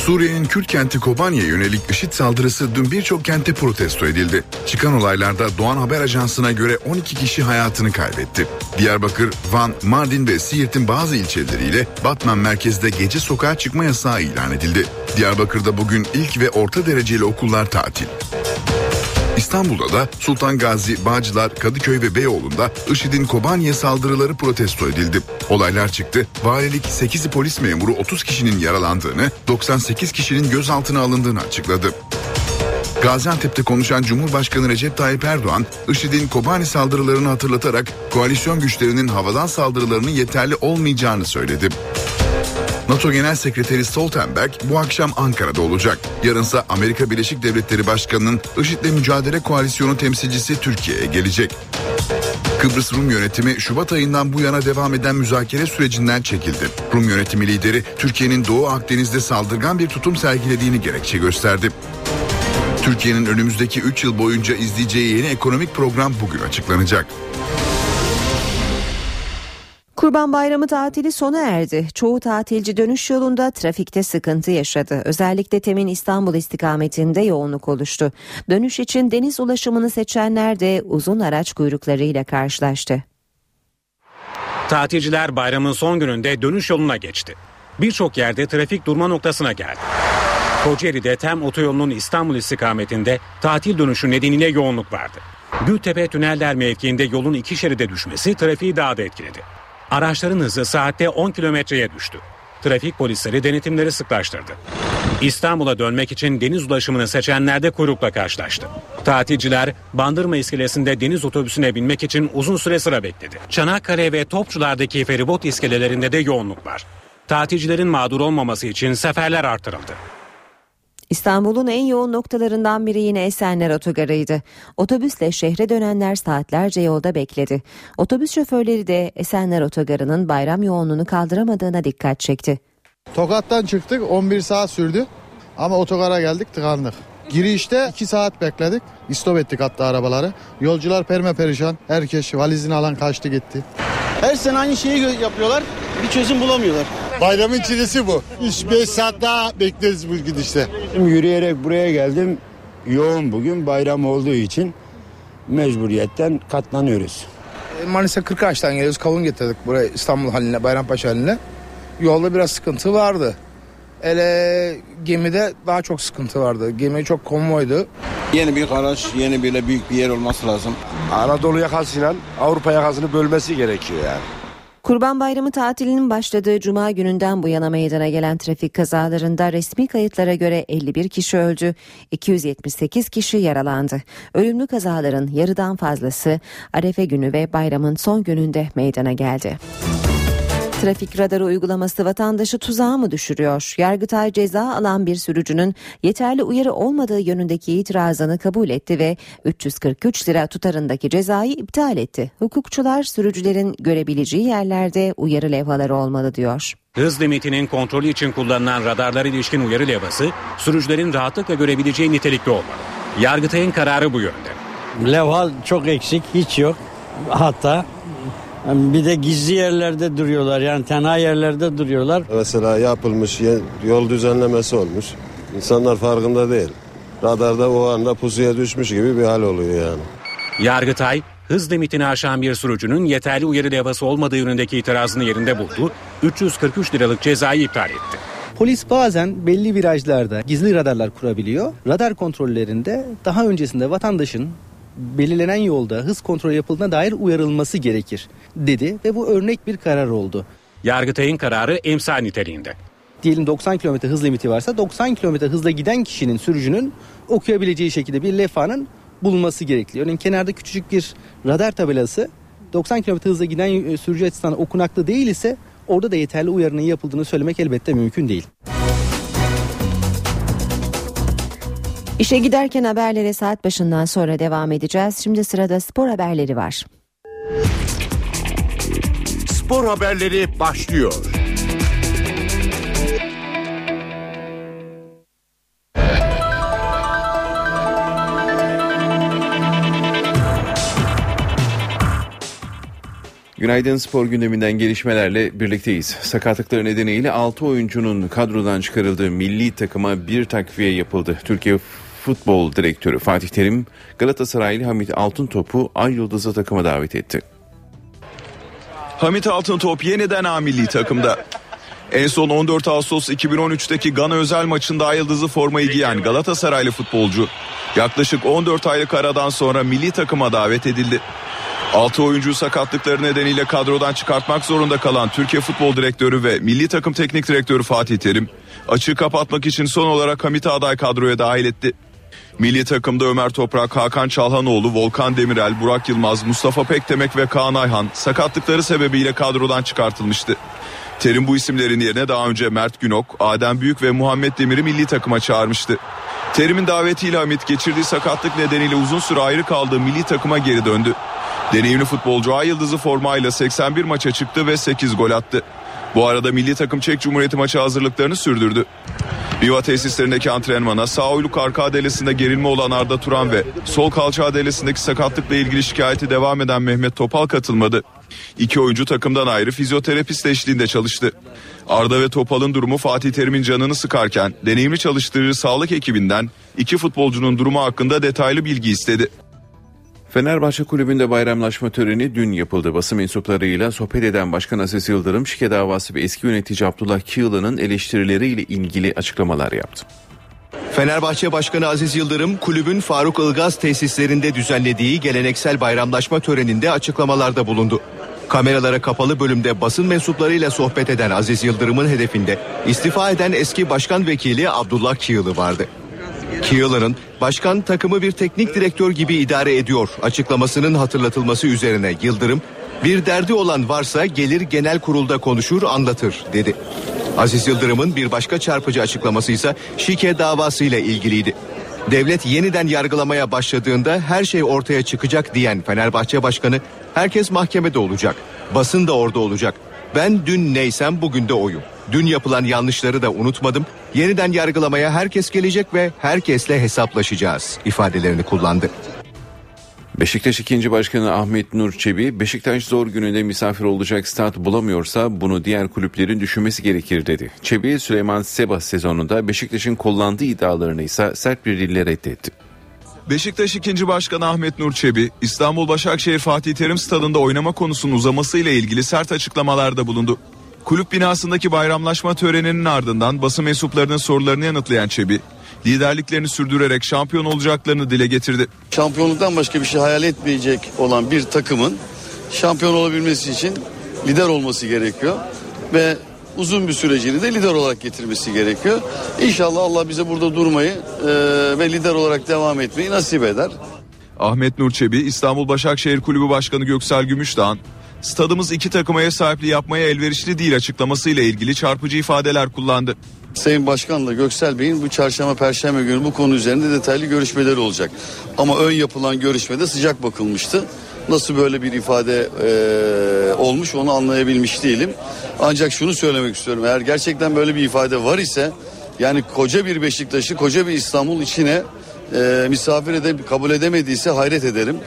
Suriye'nin Kürt kenti Kobani'ye yönelik IŞİD saldırısı dün birçok kentte protesto edildi. Çıkan olaylarda Doğan Haber Ajansı'na göre 12 kişi hayatını kaybetti. Diyarbakır, Van, Mardin ve Siirt'in bazı ilçeleriyle Batman merkezde gece sokağa çıkma yasağı ilan edildi. Diyarbakır'da bugün ilk ve orta dereceli okullar tatil. İstanbul'da da Sultan Gazi, Bağcılar, Kadıköy ve Beyoğlu'nda IŞİD'in Kobani'ye saldırıları protesto edildi. Olaylar çıktı. Valilik 8 polis memuru 30 kişinin yaralandığını, 98 kişinin gözaltına alındığını açıkladı. Gaziantep'te konuşan Cumhurbaşkanı Recep Tayyip Erdoğan, IŞİD'in Kobani saldırılarını hatırlatarak koalisyon güçlerinin havadan saldırılarının yeterli olmayacağını söyledi. NATO Genel Sekreteri Stoltenberg bu akşam Ankara'da olacak. Yarınsa Amerika Birleşik Devletleri Başkanı'nın IŞİD'le mücadele koalisyonu temsilcisi Türkiye'ye gelecek. Kıbrıs Rum yönetimi Şubat ayından bu yana devam eden müzakere sürecinden çekildi. Rum yönetimi lideri Türkiye'nin Doğu Akdeniz'de saldırgan bir tutum sergilediğini gerekçe gösterdi. Türkiye'nin önümüzdeki 3 yıl boyunca izleyeceği yeni ekonomik program bugün açıklanacak. Kurban Bayramı tatili sona erdi. Çoğu tatilci dönüş yolunda trafikte sıkıntı yaşadı. Özellikle Temin İstanbul istikametinde yoğunluk oluştu. Dönüş için deniz ulaşımını seçenler de uzun araç kuyruklarıyla karşılaştı. Tatilciler bayramın son gününde dönüş yoluna geçti. Birçok yerde trafik durma noktasına geldi. Kocaeli'de TEM otoyolunun İstanbul istikametinde tatil dönüşü nedeniyle yoğunluk vardı. Gültepe Tüneller mevkiinde yolun 2 şeride düşmesi trafiği daha da etkiledi. Araçların hızı saatte 10 kilometreye düştü. Trafik polisleri denetimleri sıklaştırdı. İstanbul'a dönmek için deniz ulaşımını seçenler de kuyrukla karşılaştı. Tatilciler Bandırma iskelesinde deniz otobüsüne binmek için uzun süre sıra bekledi. Çanakkale ve Topçular'daki feribot iskelelerinde de yoğunluk var. Tatilcilerin mağdur olmaması için seferler artırıldı. İstanbul'un en yoğun noktalarından biri yine Esenler Otogarı'ydı. Otobüsle şehre dönenler saatlerce yolda bekledi. Otobüs şoförleri de Esenler Otogarı'nın bayram yoğunluğunu kaldıramadığına dikkat çekti. Tokat'tan çıktık, 11 saat sürdü ama otogara geldik, tıkandık. Girişte 2 saat bekledik, istop ettik hatta arabaları. Yolcular perişan, herkes valizini alan kaçtı gitti. Her sene aynı şeyi yapıyorlar, bir çözüm bulamıyorlar. Bayramın çilesi bu. 3-5 saat daha bekleriz bu gidişte. Yürüyerek buraya geldim. Yoğun bugün bayram olduğu için mecburiyetten katlanıyoruz. Manisa Kırkağaç'tan geliyoruz. Kavun getirdik buraya İstanbul haline, Bayrampaşa haline. Yolda biraz sıkıntı vardı. Hele gemide daha çok sıkıntı vardı. Gemi çok konvoydu. Yeni bir garaj, yeni bir büyük bir yer olması lazım. Anadolu yakasıyla Avrupa yakasını bölmesi gerekiyor yani. Kurban Bayramı tatilinin başladığı Cuma gününden bu yana meydana gelen trafik kazalarında resmi kayıtlara göre 51 kişi öldü, 278 kişi yaralandı. Ölümlü kazaların yarıdan fazlası Arefe günü ve bayramın son gününde meydana geldi. Trafik radarı uygulaması vatandaşı tuzağa mı düşürüyor? Yargıtay ceza alan bir sürücünün yeterli uyarı olmadığı yönündeki itirazını kabul etti ve 343 lira tutarındaki cezayı iptal etti. Hukukçular sürücülerin görebileceği yerlerde uyarı levhaları olmalı diyor. Hız limitinin kontrolü için kullanılan radarlara ilişkin uyarı levhası sürücülerin rahatlıkla görebileceği nitelikte olmalı. Yargıtay'ın kararı bu yönde. Levha çok eksik, hiç yok. Hatta bir de gizli yerlerde duruyorlar, yani tenha yerlerde duruyorlar. Mesela yapılmış yol düzenlemesi olmuş. İnsanlar farkında değil. Radarda o anda pusuya düşmüş gibi bir hal oluyor yani. Yargıtay, hız limitini aşan bir sürücünün yeterli uyarı levhası olmadığı yönündeki itirazını yerinde buldu. 343 liralık cezayı iptal etti. Polis bazen belli virajlarda gizli radarlar kurabiliyor. Radar kontrollerinde daha öncesinde vatandaşın belirlenen yolda hız kontrolü yapıldığına dair uyarılması gerekir dedi ve bu örnek bir karar oldu. Yargıtay'ın kararı emsal niteliğinde. Diyelim 90 km hız limiti varsa 90 km hızla giden kişinin, sürücünün okuyabileceği şekilde bir levhanın bulunması gerekli. Örneğin kenarda küçücük bir radar tabelası 90 km hızla giden sürücü açısından okunaklı değil ise orada da yeterli uyarının yapıldığını söylemek elbette mümkün değil. İşe giderken haberlere saat başından sonra devam edeceğiz. Şimdi sırada spor haberleri var. Spor haberleri başlıyor. Günaydın, spor gündeminden gelişmelerle birlikteyiz. Sakatlıkları nedeniyle 6 oyuncunun kadrodan çıkarıldığı milli takıma bir takviye yapıldı. Türkiye Futbol Direktörü Fatih Terim, Galatasaraylı Hamit Altıntop'u Ay Yıldızı takıma davet etti. Hamit Altıntop yeniden A milli takımda. En son 14 Ağustos 2013'teki Gana özel maçında Ay Yıldızı formayı giyen Galatasaraylı futbolcu yaklaşık 14 aylık aradan sonra milli takıma davet edildi. 6 oyuncu sakatlıkları nedeniyle kadrodan çıkartmak zorunda kalan Türkiye Futbol Direktörü ve Milli Takım Teknik Direktörü Fatih Terim, açığı kapatmak için son olarak Hamit'i aday kadroya dahil etti. Milli takımda Ömer Toprak, Hakan Çalhanoğlu, Volkan Demirel, Burak Yılmaz, Mustafa Pekdemek ve Kaan Ayhan sakatlıkları sebebiyle kadrodan çıkartılmıştı. Terim bu isimlerin yerine daha önce Mert Günok, Adem Büyük ve Muhammed Demir'i milli takıma çağırmıştı. Terim'in davetiyle Hamit geçirdiği sakatlık nedeniyle uzun süre ayrı kaldığı milli takıma geri döndü. Deneyimli futbolcu Ay Yıldızı formayla 81 maça çıktı ve 8 gol attı. Bu arada milli takım Çek Cumhuriyeti maçı hazırlıklarını sürdürdü. Riva tesislerindeki antrenmana sağ uyluk arka adelesinde gerilme olan Arda Turan ve sol kalça adelesindeki sakatlıkla ilgili şikayeti devam eden Mehmet Topal katılmadı. İki oyuncu takımdan ayrı fizyoterapist eşliğinde çalıştı. Arda ve Topal'ın durumu Fatih Terim'in canını sıkarken deneyimli çalıştırıcı sağlık ekibinden iki futbolcunun durumu hakkında detaylı bilgi istedi. Fenerbahçe Kulübü'nde bayramlaşma töreni dün yapıldı. Basın mensuplarıyla sohbet eden Başkan Aziz Yıldırım, şike davası ve eski yönetici Abdullah Kiyılan'ın eleştirileriyle ilgili açıklamalar yaptı. Fenerbahçe Başkanı Aziz Yıldırım, kulübün Faruk Ilgaz tesislerinde düzenlediği geleneksel bayramlaşma töreninde açıklamalarda bulundu. Kameralara kapalı bölümde basın mensuplarıyla sohbet eden Aziz Yıldırım'ın hedefinde istifa eden eski başkan vekili Abdullah Kiyılı vardı. Kiyılan'ın başkan takımı bir teknik direktör gibi idare ediyor açıklamasının hatırlatılması üzerine Yıldırım, bir derdi olan varsa gelir genel kurulda konuşur anlatır dedi. Aziz Yıldırım'ın bir başka çarpıcı açıklaması ise şike davasıyla ilgiliydi. Devlet yeniden yargılamaya başladığında her şey ortaya çıkacak diyen Fenerbahçe Başkanı, herkes mahkemede olacak, basın da orada olacak. Ben dün neysem bugün de oyum. Dün yapılan yanlışları da unutmadım. Yeniden yargılamaya herkes gelecek ve herkesle hesaplaşacağız ifadelerini kullandı. Beşiktaş 2. Başkanı Ahmet Nur Çebi, Beşiktaş zor gününde misafir olacak stat bulamıyorsa bunu diğer kulüplerin düşünmesi gerekir dedi. Çebi, Süleyman Sebas sezonunda Beşiktaş'ın kullandığı iddialarını ise sert bir dille reddetti. Beşiktaş 2. Başkanı Ahmet Nur Çebi, İstanbul Başakşehir Fatih Terim Stadı'nda oynama konusunun uzamasıyla ilgili sert açıklamalarda bulundu. Kulüp binasındaki bayramlaşma töreninin ardından basın mensuplarının sorularını yanıtlayan Çebi, liderliklerini sürdürerek şampiyon olacaklarını dile getirdi. Şampiyonluktan başka bir şey hayal etmeyecek olan bir takımın şampiyon olabilmesi için lider olması gerekiyor ve uzun bir sürecini de lider olarak getirmesi gerekiyor. İnşallah Allah bize burada durmayı ve lider olarak devam etmeyi nasip eder. Ahmet Nur Çebi, İstanbul Başakşehir Kulübü Başkanı Göksel Gümüşdağ'ın stadımız iki takıma ev sahipliği yapmaya elverişli değil açıklamasıyla ilgili çarpıcı ifadeler kullandı. Sayın Başkan'la Göksel Bey'in bu çarşamba perşembe günü bu konu üzerinde detaylı görüşmeleri olacak. Ama ön yapılan görüşmede sıcak bakılmıştı. Nasıl böyle bir ifade olmuş onu anlayabilmiş değilim. Ancak şunu söylemek istiyorum. Eğer gerçekten böyle bir ifade var ise yani koca bir Beşiktaş'ı koca bir İstanbul içine misafir kabul edemediyse hayret ederim.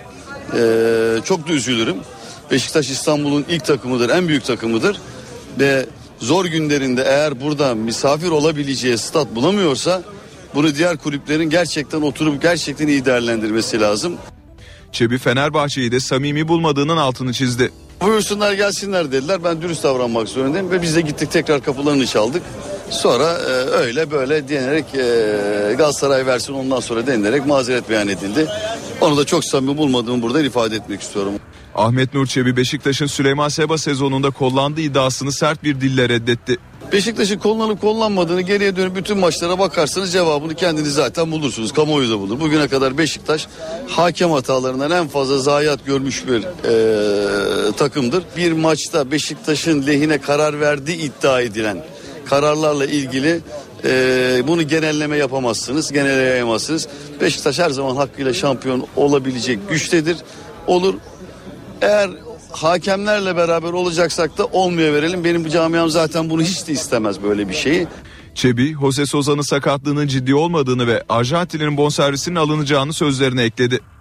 Çok da üzülürüm. Beşiktaş İstanbul'un ilk takımıdır, en büyük takımıdır ve zor günlerinde eğer burada misafir olabileceği stat bulamıyorsa bunu diğer kulüplerin gerçekten oturup gerçekten iyi değerlendirmesi lazım. Çebi Fenerbahçe'yi de samimi bulmadığının altını çizdi. Buyursunlar gelsinler dediler, ben dürüst davranmak zorundayım ve biz de gittik tekrar kapılarını çaldık. Sonra öyle böyle diyerek Galatasaray versin ondan sonra denilerek mazeret beyan edildi. Onu da çok samimi bulmadığımı burada ifade etmek istiyorum. Ahmet Nur Çebi, Beşiktaş'ın Süleyman Seba sezonunda kullandığı iddiasını sert bir dille reddetti. Beşiktaş'ın kullanıp kullanmadığını geriye dönüp bütün maçlara bakarsanız cevabını kendiniz zaten bulursunuz. Kamuoyu da bulur. Bugüne kadar Beşiktaş hakem hatalarından en fazla zayiat görmüş bir takımdır. Bir maçta Beşiktaş'ın lehine karar verdiği iddia edilen kararlarla ilgili bunu genelleme yapamazsınız, genelleyemezsiniz. Beşiktaş her zaman hakkıyla şampiyon olabilecek güçtedir, olur. Eğer hakemlerle beraber olacaksak da olmaya verelim. Benim camiam zaten bunu hiç de istemez böyle bir şeyi. Çebi, Jose Souza'nın sakatlığının ciddi olmadığını ve Arjantin'in bonservisinin alınacağını sözlerine ekledi.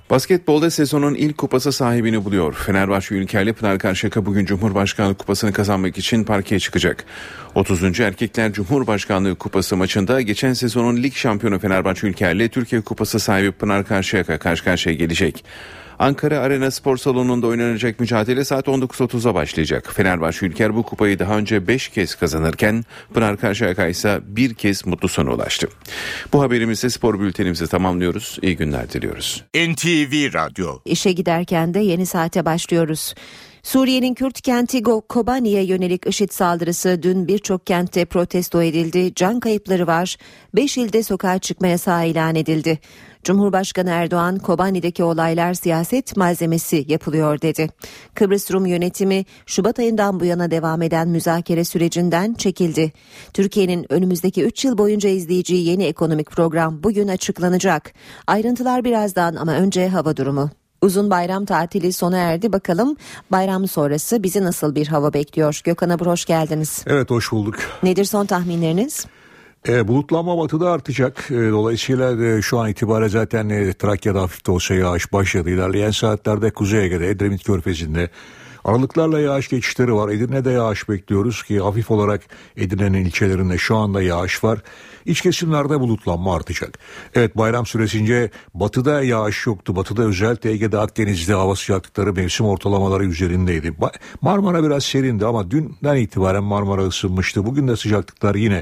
Basketbolda sezonun ilk kupası sahibini buluyor. Fenerbahçe Ülker'le Pınar Karşıyaka bugün Cumhurbaşkanlığı Kupası'nı kazanmak için parkeye çıkacak. 30. Erkekler Cumhurbaşkanlığı Kupası maçında geçen sezonun lig şampiyonu Fenerbahçe Ülker'le Türkiye Kupası sahibi Pınar Karşıyaka karşı karşıya gelecek. Ankara Arena Spor Salonu'nda oynanacak mücadele saat 19.30'a başlayacak. Fenerbahçe Ülker bu kupayı daha önce 5 kez kazanırken Pınar Karşıyaka ise bir kez mutlu sona ulaştı. Bu haberimizle spor bültenimizi tamamlıyoruz. İyi günler diliyoruz. NTV Radyo. İşe giderken de yeni saate başlıyoruz. Suriye'nin Kürt kenti Kobani'ye yönelik IŞİD saldırısı dün birçok kentte protesto edildi. Can kayıpları var. 5 ilde sokağa çıkma yasağı ilan edildi. Cumhurbaşkanı Erdoğan, Kobani'deki olaylar siyaset malzemesi yapılıyor dedi. Kıbrıs Rum yönetimi Şubat ayından bu yana devam eden müzakere sürecinden çekildi. Türkiye'nin önümüzdeki 3 yıl boyunca izleyeceği yeni ekonomik program bugün açıklanacak. Ayrıntılar birazdan ama önce hava durumu. Uzun bayram tatili sona erdi. Bakalım bayram sonrası bizi nasıl bir hava bekliyor? Gökhan Abur, hoş geldiniz. Evet, hoş bulduk. Nedir son tahminleriniz? Bulutlanma batıda artacak. Dolayısıyla şu an itibariyle zaten Trakya'da hafif de olsa yağış başladı. İlerleyen saatlerde Kuzey Ege'de, Edremit Körfezi'nde aralıklarla yağış geçişleri var. Edirne'de yağış bekliyoruz ki hafif olarak Edirne'nin ilçelerinde şu anda yağış var. İç kesimlerde bulutlanma artacak. Evet, bayram süresince batıda yağış yoktu. Batıda özellikle Ege'de, Akdeniz'de hava sıcaklıkları mevsim ortalamaları üzerindeydi. Marmara biraz serindi ama dünden itibaren Marmara ısınmıştı. Bugün de sıcaklıklar yine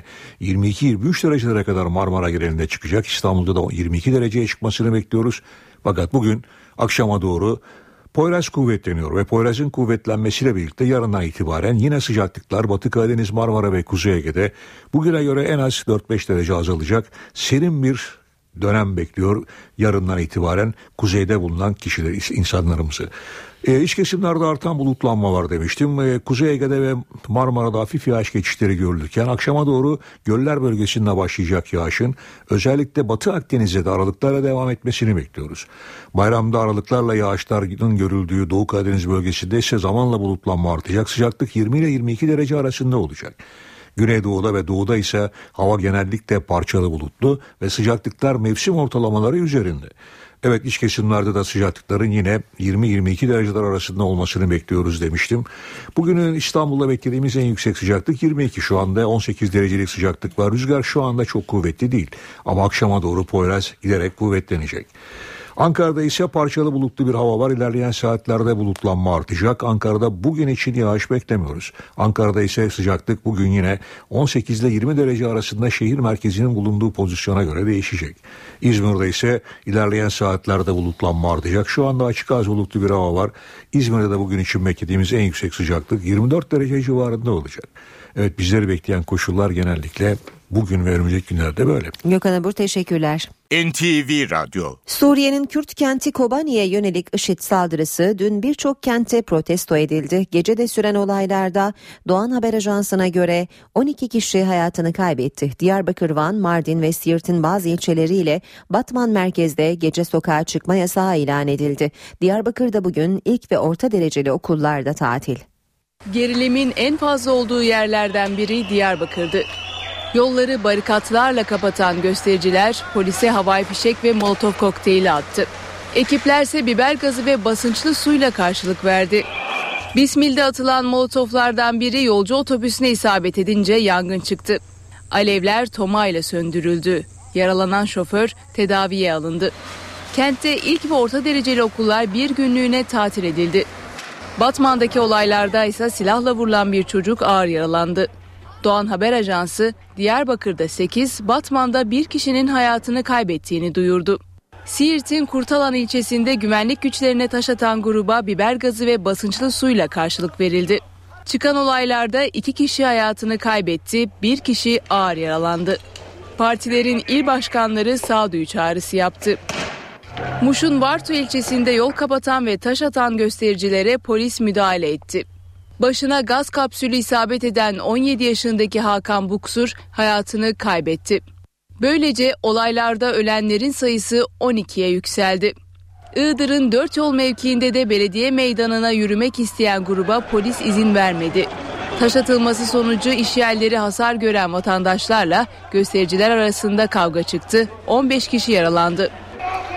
22-23 derecelere kadar Marmara genelinde çıkacak. İstanbul'da da 22 dereceye çıkmasını bekliyoruz. Fakat bugün akşama doğru Poyraz kuvvetleniyor ve Poyraz'ın kuvvetlenmesiyle birlikte yarından itibaren yine sıcaklıklar Batı Karadeniz, Marmara ve Kuzey Ege'de bugüne göre en az 4-5 derece azalacak. Serin bir dönem bekliyor yarından itibaren kuzeyde bulunan kişiler, insanlarımızı. İç kesimlerde artan bulutlanma var demiştim. Kuzey Ege'de ve Marmara'da hafif yağış geçişleri görülürken akşama doğru göller bölgesinde başlayacak yağışın özellikle Batı Akdeniz'de de aralıklarla devam etmesini bekliyoruz. Bayramda aralıklarla yağışların görüldüğü Doğu Karadeniz bölgesinde ise zamanla bulutlanma artacak. Sıcaklık 20 ile 22 derece arasında olacak. Güneydoğu'da ve doğuda ise hava genellikle parçalı bulutlu ve sıcaklıklar mevsim ortalamaları üzerinde. Evet, iç kesimlerde de sıcaklıkların yine 20-22 dereceler arasında olmasını bekliyoruz demiştim. Bugünün İstanbul'da beklediğimiz en yüksek sıcaklık 22. Şu anda 18 derecelik sıcaklık var. Rüzgar şu anda çok kuvvetli değil ama akşama doğru Poyraz giderek kuvvetlenecek. Ankara'da ise parçalı bulutlu bir hava var. İlerleyen saatlerde bulutlanma artacak. Ankara'da bugün için yağış beklemiyoruz. Ankara'da ise sıcaklık bugün yine 18 ile 20 derece arasında şehir merkezinin bulunduğu pozisyona göre değişecek. İzmir'de ise ilerleyen saatlerde bulutlanma artacak. Şu anda açık az bulutlu bir hava var. İzmir'de de bugün için beklediğimiz en yüksek sıcaklık 24 derece civarında olacak. Evet, bizleri bekleyen koşullar genellikle bugün ve önümüzdeki günlerde böyle. Gökhan Abur, teşekkürler. NTV Radyo. Suriye'nin Kürt kenti Kobani'ye yönelik IŞİD saldırısı dün birçok kente protesto edildi. Gecede süren olaylarda Doğan Haber Ajansı'na göre 12 kişi hayatını kaybetti. Diyarbakır, Van, Mardin ve Siirt'in bazı ilçeleriyle Batman merkezde gece sokağa çıkma yasağı ilan edildi. Diyarbakır'da bugün ilk ve orta dereceli okullarda tatil. Gerilimin en fazla olduğu yerlerden biri Diyarbakır'dı. Yolları barikatlarla kapatan göstericiler polise havai fişek ve molotof kokteyli attı. Ekiplerse biber gazı ve basınçlı suyla karşılık verdi. Bismil'de atılan molotoflardan biri yolcu otobüsüne isabet edince yangın çıktı. Alevler tomayla söndürüldü. Yaralanan şoför tedaviye alındı. Kentte ilk ve orta dereceli okullar bir günlüğüne tatil edildi. Batman'daki olaylarda ise silahla vurulan bir çocuk ağır yaralandı. Doğan Haber Ajansı Diyarbakır'da 8, Batman'da bir kişinin hayatını kaybettiğini duyurdu. Siirt'in Kurtalan ilçesinde güvenlik güçlerine taş atan gruba biber gazı ve basınçlı suyla karşılık verildi. Çıkan olaylarda 2 kişi hayatını kaybetti, 1 kişi ağır yaralandı. Partilerin il başkanları sağduyu çağrısı yaptı. Muş'un Vartu ilçesinde yol kapatan ve taş atan göstericilere polis müdahale etti. Başına gaz kapsülü isabet eden 17 yaşındaki Hakan Buksur hayatını kaybetti. Böylece olaylarda ölenlerin sayısı 12'ye yükseldi. Iğdır'ın 4 yol mevkiinde de belediye meydanına yürümek isteyen gruba polis izin vermedi. Taş atılması sonucu işyerleri hasar gören vatandaşlarla göstericiler arasında kavga çıktı. 15 kişi yaralandı.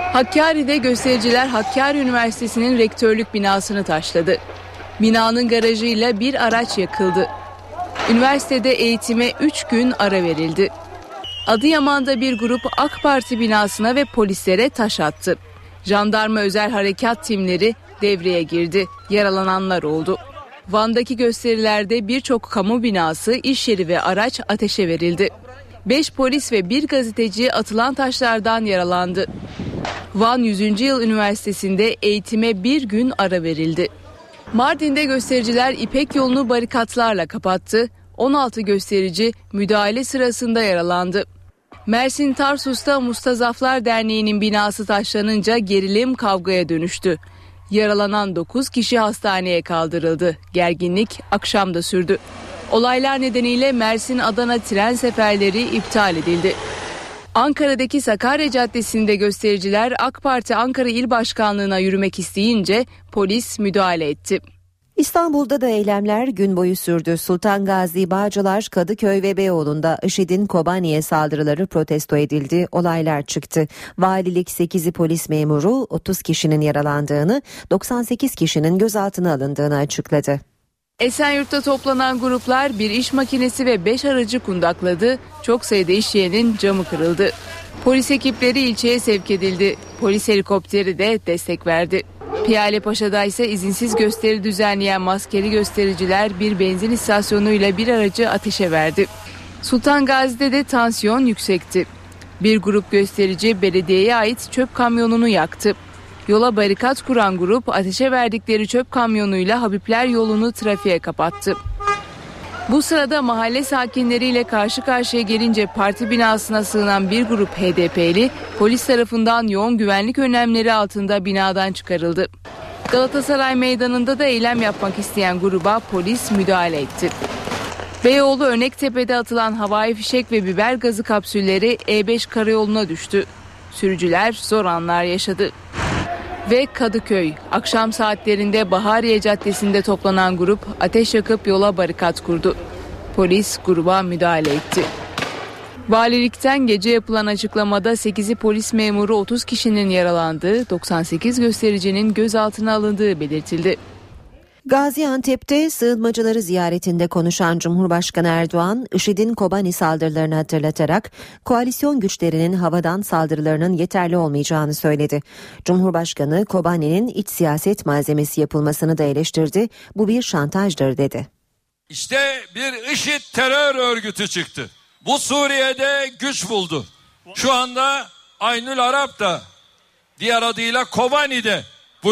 Hakkari'de göstericiler Hakkari Üniversitesi'nin rektörlük binasını taşladı. Binanın garajıyla bir araç yakıldı. Üniversitede eğitime 3 gün ara verildi. Adıyaman'da bir grup AK Parti binasına ve polislere taş attı. Jandarma özel harekat timleri devreye girdi. Yaralananlar oldu. Van'daki gösterilerde birçok kamu binası, iş yeri ve araç ateşe verildi. 5 polis ve 1 gazeteci atılan taşlardan yaralandı. Van 100. Yıl Üniversitesi'nde eğitime 1 gün ara verildi. Mardin'de göstericiler İpek yolunu barikatlarla kapattı. 16 gösterici müdahale sırasında yaralandı. Mersin Tarsus'ta Mustazaflar Derneği'nin binası taşlanınca gerilim kavgaya dönüştü. Yaralanan 9 kişi hastaneye kaldırıldı. Gerginlik akşam da sürdü. Olaylar nedeniyle Mersin-Adana tren seferleri iptal edildi. Ankara'daki Sakarya Caddesi'nde göstericiler AK Parti Ankara İl Başkanlığı'na yürümek isteyince polis müdahale etti. İstanbul'da da eylemler gün boyu sürdü. Sultan Gazi, Bağcılar, Kadıköy ve Beyoğlu'nda IŞİD'in Kobani'ye saldırıları protesto edildi. Olaylar çıktı. Valilik 8'i polis memuru, 30 kişinin yaralandığını, 98 kişinin gözaltına alındığını açıkladı. Esenyurt'ta toplanan gruplar bir iş makinesi ve 5 aracı kundakladı. Çok sayıda iş yerinin camı kırıldı. Polis ekipleri ilçeye sevk edildi. Polis helikopteri de destek verdi. Piyalepaşa'da ise izinsiz gösteri düzenleyen maskeli göstericiler bir benzin istasyonuyla bir aracı ateşe verdi. Sultan Gazi'de de tansiyon yüksekti. Bir grup gösterici belediyeye ait çöp kamyonunu yaktı. Yola barikat kuran grup ateşe verdikleri çöp kamyonuyla Habibler yolunu trafiğe kapattı. Bu sırada mahalle sakinleriyle karşı karşıya gelince parti binasına sığınan bir grup HDP'li polis tarafından yoğun güvenlik önlemleri altında binadan çıkarıldı. Galatasaray Meydanı'nda da eylem yapmak isteyen gruba polis müdahale etti. Beyoğlu Örnektepe'de atılan havai fişek ve biber gazı kapsülleri E5 karayoluna düştü. Sürücüler zor anlar yaşadı. Ve Kadıköy, akşam saatlerinde Bahariye Caddesi'nde toplanan grup ateş yakıp yola barikat kurdu. Polis gruba müdahale etti. Valilikten gece yapılan açıklamada 8'i polis memuru 30 kişinin yaralandığı, 98 göstericinin gözaltına alındığı belirtildi. Gaziantep'te sığınmacıları ziyaretinde konuşan Cumhurbaşkanı Erdoğan, IŞİD'in Kobani saldırılarını hatırlatarak koalisyon güçlerinin havadan saldırılarının yeterli olmayacağını söyledi. Cumhurbaşkanı Kobani'nin iç siyaset malzemesi yapılmasını da eleştirdi. Bu bir şantajdır dedi. İşte bir IŞİD terör örgütü çıktı. Bu Suriye'de güç buldu. Şu anda Aynül Arap da diğer adıyla Kobani'de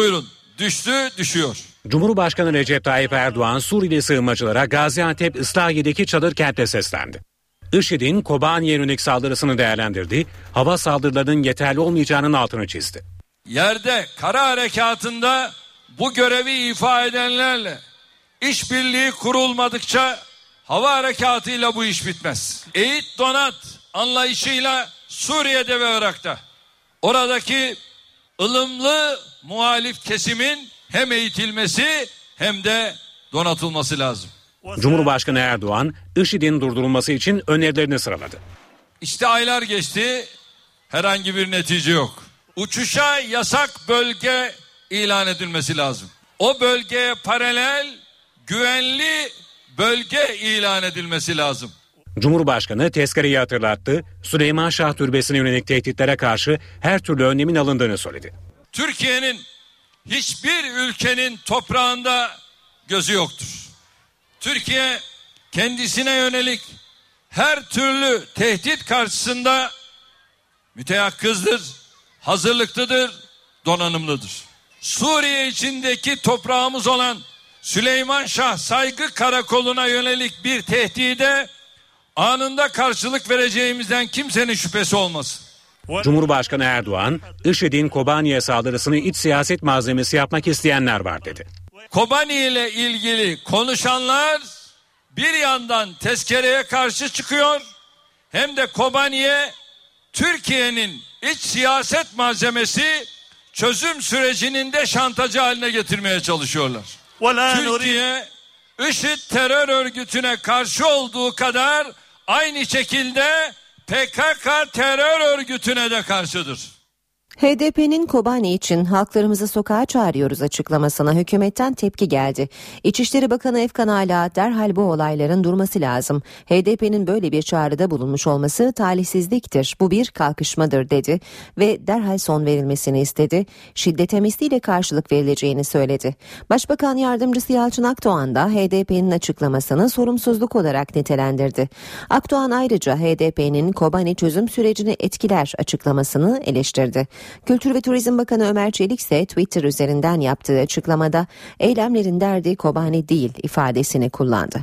düşüyor. Cumhurbaşkanı Recep Tayyip Erdoğan Suriyeli sığınmacılara Gaziantep Islahiye'deki çadır kentte seslendi. IŞİD'in Kobani'ye yönelik saldırısını değerlendirdi, hava saldırılarının yeterli olmayacağının altını çizdi. Yerde kara harekatında bu görevi ifa edenlerle işbirliği kurulmadıkça hava harekatıyla bu iş bitmez. Eğit donat anlayışıyla Suriye'de ve Irak'ta oradaki ılımlı muhalif kesimin hem eğitilmesi hem de donatılması lazım. Cumhurbaşkanı Erdoğan, IŞİD'in durdurulması için önerilerini sıraladı. İşte aylar geçti, herhangi bir netice yok. Uçuşa yasak bölge ilan edilmesi lazım. O bölgeye paralel güvenli bölge ilan edilmesi lazım. Cumhurbaşkanı tezkereyi hatırlattı, Süleyman Şah Türbesi'ne yönelik tehditlere karşı her türlü önlemin alındığını söyledi. Türkiye'nin hiçbir ülkenin toprağında gözü yoktur. Türkiye kendisine yönelik her türlü tehdit karşısında müteyakkızdır, hazırlıklıdır, donanımlıdır. Suriye içindeki toprağımız olan Süleyman Şah Saygı Karakolu'na yönelik bir tehdide anında karşılık vereceğimizden kimsenin şüphesi olmasın. Cumhurbaşkanı Erdoğan, IŞİD'in Kobani'ye saldırısını iç siyaset malzemesi yapmak isteyenler var dedi. Kobani ile ilgili konuşanlar bir yandan tezkereye karşı çıkıyor, hem de Kobani'ye Türkiye'nin iç siyaset malzemesi çözüm sürecinin de şantajı haline getirmeye çalışıyorlar. Türkiye, IŞİD terör örgütüne karşı olduğu kadar aynı şekilde PKK terör örgütüne de karşıdır. HDP'nin Kobani için halklarımızı sokağa çağırıyoruz açıklamasına hükümetten tepki geldi. İçişleri Bakanı Efkan Ala derhal bu olayların durması lazım. HDP'nin böyle bir çağrıda bulunmuş olması talihsizliktir. Bu bir kalkışmadır dedi ve derhal son verilmesini istedi. Şiddete misliyle karşılık verileceğini söyledi. Başbakan Yardımcısı Yalçın Akdoğan da HDP'nin açıklamasını sorumsuzluk olarak nitelendirdi. Akdoğan ayrıca HDP'nin Kobani çözüm sürecini etkiler açıklamasını eleştirdi. Kültür ve Turizm Bakanı Ömer Çelik ise Twitter üzerinden yaptığı açıklamada eylemlerin derdi Kobani değil ifadesini kullandı.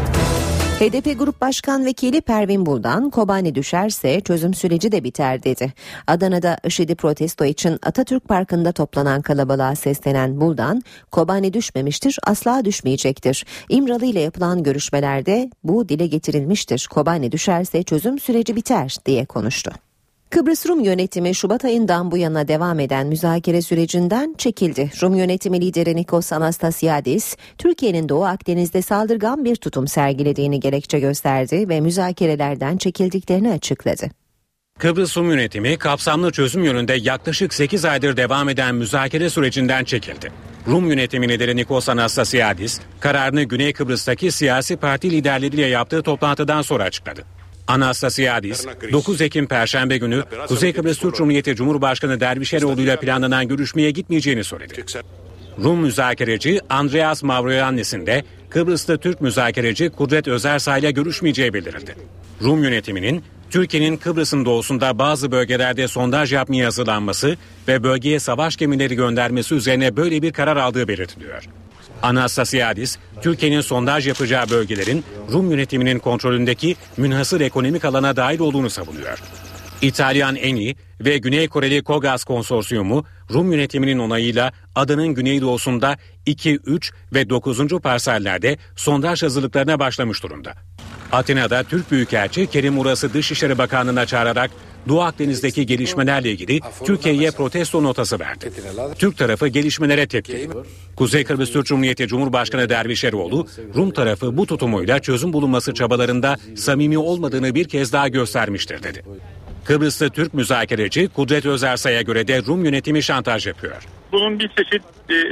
HDP Grup Başkan Vekili Pervin Buldan, Kobani düşerse çözüm süreci de biter dedi. Adana'da IŞİD'i protesto için Atatürk Parkı'nda toplanan kalabalığa seslenen Buldan, Kobani düşmemiştir, asla düşmeyecektir. İmralı ile yapılan görüşmelerde bu dile getirilmiştir. Kobani düşerse çözüm süreci biter diye konuştu. Kıbrıs Rum yönetimi Şubat ayından bu yana devam eden müzakere sürecinden çekildi. Rum yönetimi lideri Nikos Anastasiadis, Türkiye'nin Doğu Akdeniz'de saldırgan bir tutum sergilediğini gerekçe gösterdi ve müzakerelerden çekildiklerini açıkladı. Kıbrıs Rum yönetimi kapsamlı çözüm yönünde yaklaşık 8 aydır devam eden müzakere sürecinden çekildi. Rum yönetimi lideri Nikos Anastasiadis, kararını Güney Kıbrıs'taki siyasi parti liderleriyle yaptığı toplantıdan sonra açıkladı. Anastasiadis, 9 Ekim Perşembe günü Kuzey Kıbrıs Türk Cumhuriyeti Cumhurbaşkanı Dervişeroğlu ile planlanan görüşmeye gitmeyeceğini söyledi. Rum müzakereci Andreas Mavroyannis'in de Kıbrıs'ta Türk müzakereci Kudret Özersay ile görüşmeyeceği bildirildi. Rum yönetiminin Türkiye'nin Kıbrıs'ın doğusunda bazı bölgelerde sondaj yapmaya hazırlanması ve bölgeye savaş gemileri göndermesi üzerine böyle bir karar aldığı belirtiliyor. Anastasiadis, Türkiye'nin sondaj yapacağı bölgelerin Rum yönetiminin kontrolündeki münhasır ekonomik alana dahil olduğunu savunuyor. İtalyan Eni ve Güney Koreli KOGAS konsorsiyumu Rum yönetiminin onayıyla adanın güneydoğusunda 2, 3 ve 9. parsellerde sondaj hazırlıklarına başlamış durumda. Atina'da Türk Büyükelçi Kerim Uras'ı Dışişleri Bakanlığı'na çağırarak Doğu Akdeniz'deki gelişmelerle ilgili Türkiye'ye protesto notası verdi. Türk tarafı gelişmelere tepki. Kuzey Kıbrıs Türk Cumhuriyeti Cumhurbaşkanı Dervişeroğlu, Rum tarafı bu tutumuyla çözüm bulunması çabalarında samimi olmadığını bir kez daha göstermiştir dedi. Kıbrıs'ta Türk müzakereci Kudret Özersay'a göre de Rum yönetimi şantaj yapıyor. Bunun bir çeşit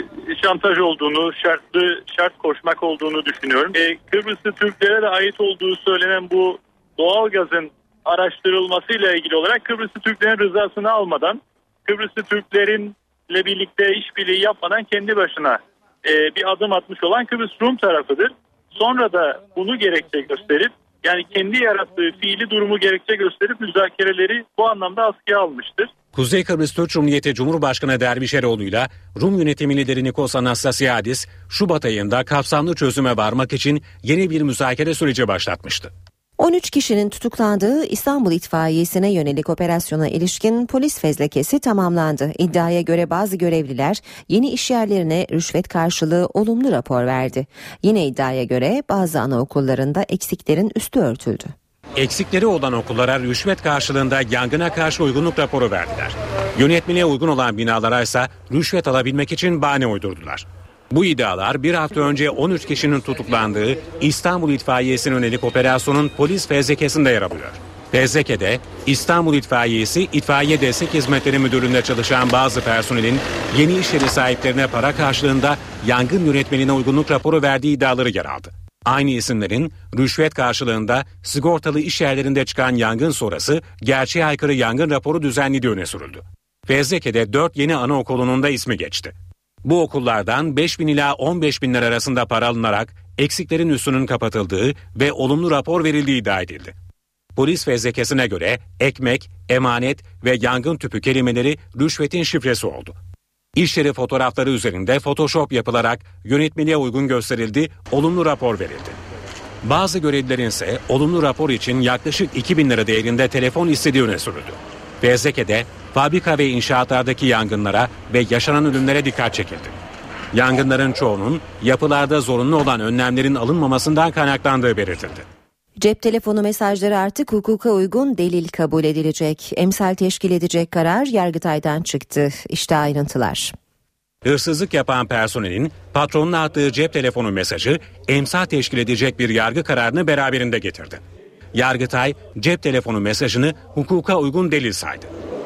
şantaj olduğunu, şart koşmak olduğunu düşünüyorum. Kıbrıslı Türklere de ait olduğu söylenen bu doğalgazın araştırılmasıyla ilgili olarak Kıbrıslı Türklerin rızasını almadan, Kıbrıslı Türklerinle birlikte işbirliği yapmadan kendi başına bir adım atmış olan Kıbrıs Rum tarafıdır. Sonra da bunu gerekçe gösterip, yani kendi yarattığı fiili durumu gerekçe gösterip müzakereleri bu anlamda askıya almıştır. Kuzey Kıbrıs Türk Cumhuriyeti Cumhurbaşkanı Dervişeroğlu'yla Rum yönetimi lideri Nikos Anastasiadis, Şubat ayında kapsamlı çözüme varmak için yeni bir müzakere süreci başlatmıştı. 13 kişinin tutuklandığı İstanbul İtfaiyesi'ne yönelik operasyona ilişkin polis fezlekesi tamamlandı. İddiaya göre bazı görevliler yeni işyerlerine rüşvet karşılığı olumlu rapor verdi. Yine iddiaya göre bazı anaokullarında eksiklerin üstü örtüldü. Eksikleri olan okullara rüşvet karşılığında yangına karşı uygunluk raporu verdiler. Yönetmeliğe uygun olan binalara ise rüşvet alabilmek için bahane uydurdular. Bu iddialar bir hafta önce 13 kişinin tutuklandığı İstanbul İtfaiyesi'ne yönelik operasyonun polis fezlekesinde yer alıyor. Fezlekede İstanbul İtfaiyesi İtfaiye Destek Hizmetleri Müdürlüğü'nde çalışan bazı personelin yeni iş yeri sahiplerine para karşılığında yangın yönetmeliğine uygunluk raporu verdiği iddiaları yer aldı. Aynı isimlerin rüşvet karşılığında sigortalı iş yerlerinde çıkan yangın sonrası gerçeğe aykırı yangın raporu düzenlediği öne sürüldü. Fezleke'de 4 yeni anaokulunun da ismi geçti. Bu okullardan 5.000 ila 15.000 lira arasında para alınarak eksiklerin üstünün kapatıldığı ve olumlu rapor verildiği iddia edildi. Polis fezlekesine göre ekmek, emanet ve yangın tüpü kelimeleri rüşvetin şifresi oldu. İş yeri fotoğrafları üzerinde Photoshop yapılarak yönetmeliğe uygun gösterildi, olumlu rapor verildi. Bazı görevlilerin ise olumlu rapor için yaklaşık 2.000 lira değerinde telefon istediği öne sürüldü. Fezleke'de fabrika ve inşaatlardaki yangınlara ve yaşanan ölümlere dikkat çekildi. Yangınların çoğunun yapılarda zorunlu olan önlemlerin alınmamasından kaynaklandığı belirtildi. Cep telefonu mesajları artık hukuka uygun delil kabul edilecek. Emsal teşkil edecek karar Yargıtay'dan çıktı. İşte ayrıntılar. Hırsızlık yapan personelin patronuna attığı cep telefonu mesajı emsal teşkil edecek bir yargı kararını beraberinde getirdi. Yargıtay cep telefonu mesajını hukuka uygun delil saydı.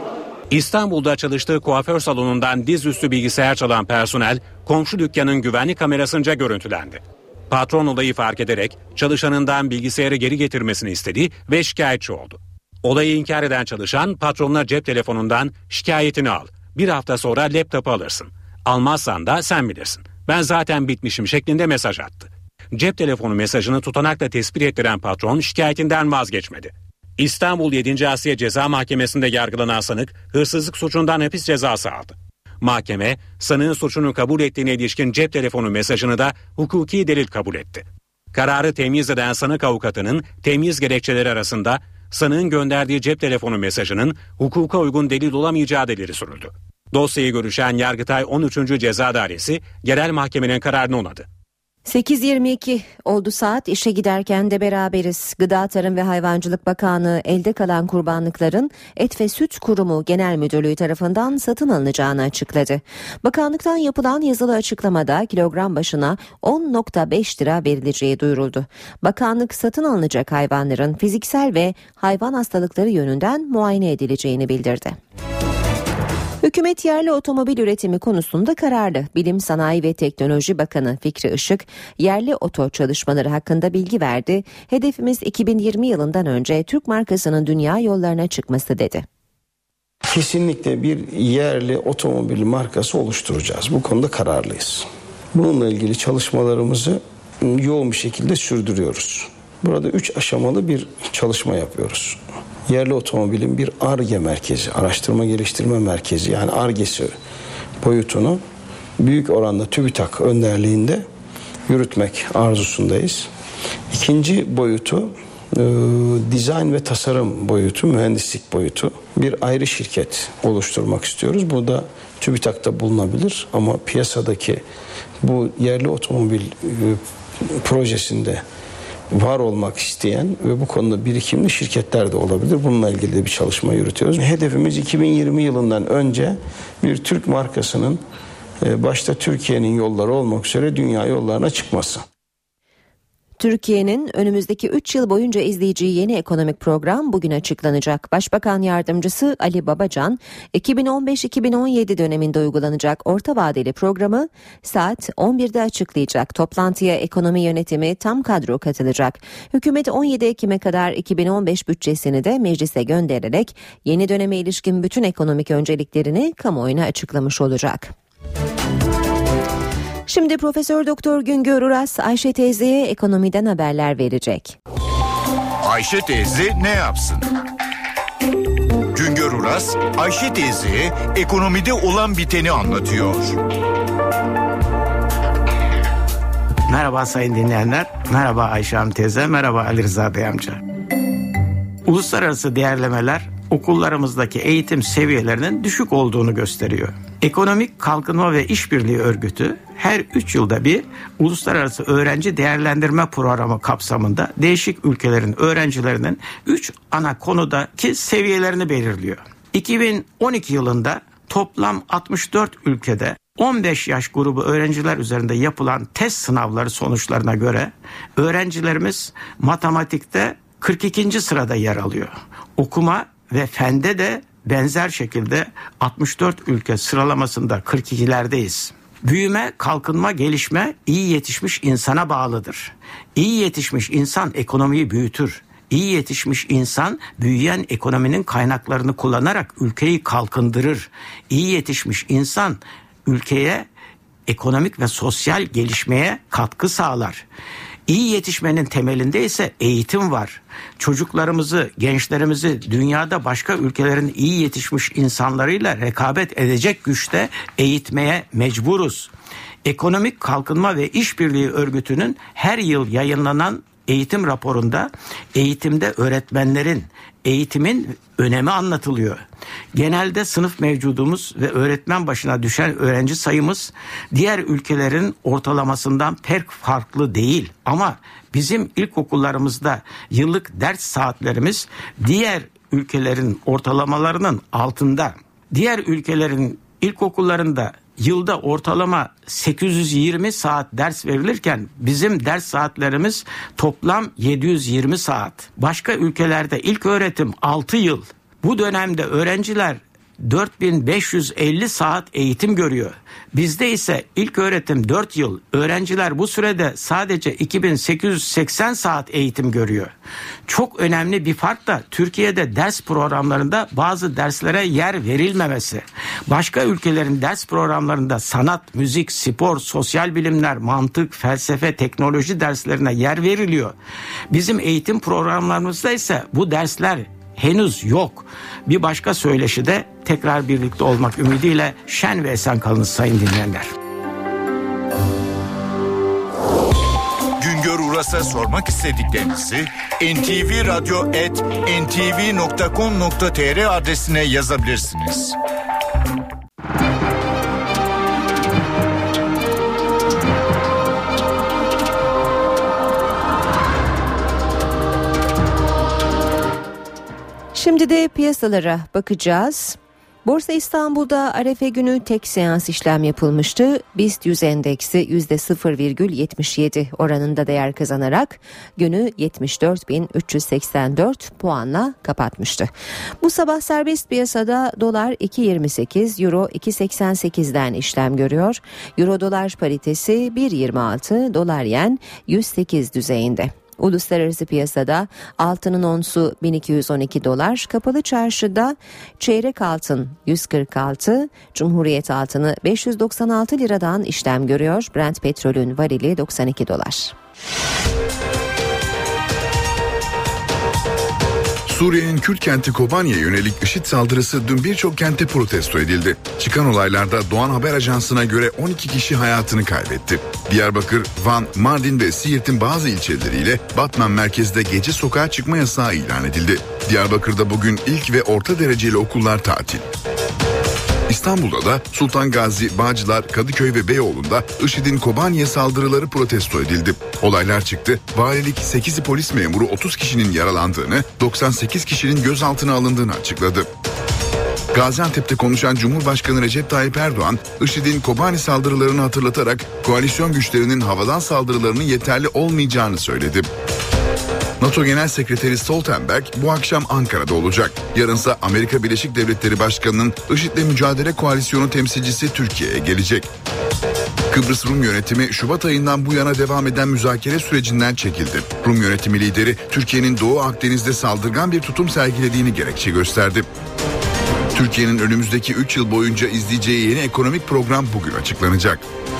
İstanbul'da çalıştığı kuaför salonundan dizüstü bilgisayar çalan personel komşu dükkanın güvenlik kamerasınca görüntülendi. Patron olayı fark ederek çalışanından bilgisayarı geri getirmesini istedi ve şikayetçi oldu. Olayı inkar eden çalışan patronuna cep telefonundan şikayetini al, bir hafta sonra laptopu alırsın, almazsan da sen bilirsin, ben zaten bitmişim şeklinde mesaj attı. Cep telefonu mesajını tutanakla tespit ettiren patron şikayetinden vazgeçmedi. İstanbul 7. Asliye Ceza Mahkemesi'nde yargılanan sanık hırsızlık suçundan hapis cezası aldı. Mahkeme sanığın suçunu kabul ettiğine ilişkin cep telefonu mesajını da hukuki delil kabul etti. Kararı temyiz eden sanık avukatının temyiz gerekçeleri arasında sanığın gönderdiği cep telefonu mesajının hukuka uygun delil olamayacağı da ileri sürüldü. Dosyayı görüşen Yargıtay 13. Ceza Dairesi genel mahkemenin kararını onadı. 8.22 oldu saat. İşe giderken de beraberiz. Gıda, Tarım ve Hayvancılık Bakanlığı elde kalan kurbanlıkların Et ve Süt Kurumu Genel Müdürlüğü tarafından satın alınacağını açıkladı. Bakanlıktan yapılan yazılı açıklamada kilogram başına 10.5 lira verileceği duyuruldu. Bakanlık satın alınacak hayvanların fiziksel ve hayvan hastalıkları yönünden muayene edileceğini bildirdi. Hükümet yerli otomobil üretimi konusunda kararlı. Bilim, Sanayi ve Teknoloji Bakanı Fikri Işık, yerli oto çalışmaları hakkında bilgi verdi. Hedefimiz 2020 yılından önce Türk markasının dünya yollarına çıkması dedi. Kesinlikle bir yerli otomobil markası oluşturacağız. Bu konuda kararlıyız. Bununla ilgili çalışmalarımızı yoğun bir şekilde sürdürüyoruz. Burada 3 aşamalı bir çalışma yapıyoruz. Yerli otomobilin bir Ar-Ge merkezi, araştırma geliştirme merkezi, yani Ar-Ge'si boyutunu büyük oranda TÜBİTAK önderliğinde yürütmek arzusundayız. İkinci boyutu dizayn ve tasarım boyutu, mühendislik boyutu, bir ayrı şirket oluşturmak istiyoruz. Bu da TÜBİTAK'ta bulunabilir ama piyasadaki bu yerli otomobil projesinde var olmak isteyen ve bu konuda birikimli şirketler de olabilir. Bununla ilgili de bir çalışma yürütüyoruz. Hedefimiz 2020 yılından önce bir Türk markasının başta Türkiye'nin yolları olmak üzere dünya yollarına çıkması. Türkiye'nin önümüzdeki 3 yıl boyunca izleyeceği yeni ekonomik program bugün açıklanacak. Başbakan Yardımcısı Ali Babacan, 2015-2017 döneminde uygulanacak orta vadeli programı saat 11'de açıklayacak. Toplantıya ekonomi yönetimi tam kadro katılacak. Hükümet 17 Ekim'e kadar 2015 bütçesini de meclise göndererek yeni döneme ilişkin bütün ekonomik önceliklerini kamuoyuna açıklamış olacak. Şimdi Profesör Doktor Güngör Uras Ayşe teyzeye ekonomiden haberler verecek. Ayşe teyze ne yapsın? Güngör Uras, Ayşe teyzeye ekonomide olan biteni anlatıyor. Merhaba sayın dinleyenler, merhaba Ayşe Hanım teyze, merhaba Ali Rıza Bey amca. Uluslararası değerlemeler okullarımızdaki eğitim seviyelerinin düşük olduğunu gösteriyor. Ekonomik Kalkınma ve İşbirliği Örgütü her 3 yılda bir Uluslararası Öğrenci Değerlendirme Programı kapsamında değişik ülkelerin öğrencilerinin 3 ana konudaki seviyelerini belirliyor. 2012 yılında toplam 64 ülkede 15 yaş grubu öğrenciler üzerinde yapılan test sınavları sonuçlarına göre öğrencilerimiz matematikte 42. sırada yer alıyor. Okuma ve fende de benzer şekilde 64 ülke sıralamasında 42'lerdeyiz. Büyüme, kalkınma, gelişme iyi yetişmiş insana bağlıdır. İyi yetişmiş insan ekonomiyi büyütür. İyi yetişmiş insan büyüyen ekonominin kaynaklarını kullanarak ülkeyi kalkındırır. İyi yetişmiş insan ülkeye ekonomik ve sosyal gelişmeye katkı sağlar. İyi yetişmenin temelinde ise eğitim var. Çocuklarımızı, gençlerimizi dünyada başka ülkelerin iyi yetişmiş insanlarıyla rekabet edecek güçte eğitmeye mecburuz. Ekonomik Kalkınma ve İşbirliği Örgütü'nün her yıl yayınlanan eğitim raporunda eğitimde öğretmenlerin, eğitimin önemi anlatılıyor. Genelde sınıf mevcudumuz ve öğretmen başına düşen öğrenci sayımız diğer ülkelerin ortalamasından pek farklı değil. Ama bizim ilkokullarımızda yıllık ders saatlerimiz diğer ülkelerin ortalamalarının altında. Diğer ülkelerin ilkokullarında yılda ortalama 820 saat ders verilirken bizim ders saatlerimiz toplam 720 saat. Başka ülkelerde ilköğretim 6 yıl. Bu dönemde öğrenciler 4550 saat eğitim görüyor. Bizde ise ilk öğretim 4 yıl. Öğrenciler bu sürede sadece 2880 saat eğitim görüyor. Çok önemli bir fark da Türkiye'de ders programlarında bazı derslere yer verilmemesi. Başka ülkelerin ders programlarında sanat, müzik, spor, sosyal bilimler, mantık, felsefe, teknoloji derslerine yer veriliyor. Bizim eğitim programlarımızda ise bu dersler henüz yok. Bir başka söyleşi de tekrar birlikte olmak ümidiyle şen ve esen kalınız sayın dinleyenler. Güngör Uras'a sormak istediklerinizi ntvradyo@ntv.com.tr adresine yazabilirsiniz. Şimdi de piyasalara bakacağız. Borsa İstanbul'da Arefe günü tek seans işlem yapılmıştı. BIST 100 endeksi %0,77 oranında değer kazanarak günü 74.384 puanla kapatmıştı. Bu sabah serbest piyasada dolar 2.28, euro 2.88'den işlem görüyor. Euro dolar paritesi 1.26, dolar yen 108 düzeyinde. Uluslararası piyasada altının onsu 1212 dolar, kapalı çarşıda çeyrek altın 146, Cumhuriyet altını 596 liradan işlem görüyor. Brent petrolün varili 92 dolar. Suriye'nin Kürt kenti Kobani'ye yönelik IŞİD saldırısı dün birçok kentte protesto edildi. Çıkan olaylarda Doğan Haber Ajansı'na göre 12 kişi hayatını kaybetti. Diyarbakır, Van, Mardin ve Siirt'in bazı ilçeleriyle Batman merkezde gece sokağa çıkma yasağı ilan edildi. Diyarbakır'da bugün ilk ve orta dereceli okullar tatil. İstanbul'da da Sultan Gazi, Bağcılar, Kadıköy ve Beyoğlu'nda IŞİD'in Kobani'ye saldırıları protesto edildi. Olaylar çıktı. Valilik 8 polis memuru 30 kişinin yaralandığını, 98 kişinin gözaltına alındığını açıkladı. Gaziantep'te konuşan Cumhurbaşkanı Recep Tayyip Erdoğan, IŞİD'in Kobani saldırılarını hatırlatarak koalisyon güçlerinin havadan saldırılarının yeterli olmayacağını söyledi. NATO Genel Sekreteri Stoltenberg bu akşam Ankara'da olacak. Yarınsa Amerika Birleşik Devletleri Başkanı'nın IŞİD'le mücadele koalisyonu temsilcisi Türkiye'ye gelecek. Kıbrıs Rum yönetimi Şubat ayından bu yana devam eden müzakere sürecinden çekildi. Rum yönetimi lideri Türkiye'nin Doğu Akdeniz'de saldırgan bir tutum sergilediğini gerekçe gösterdi. Türkiye'nin önümüzdeki 3 yıl boyunca izleyeceği yeni ekonomik program bugün açıklanacak.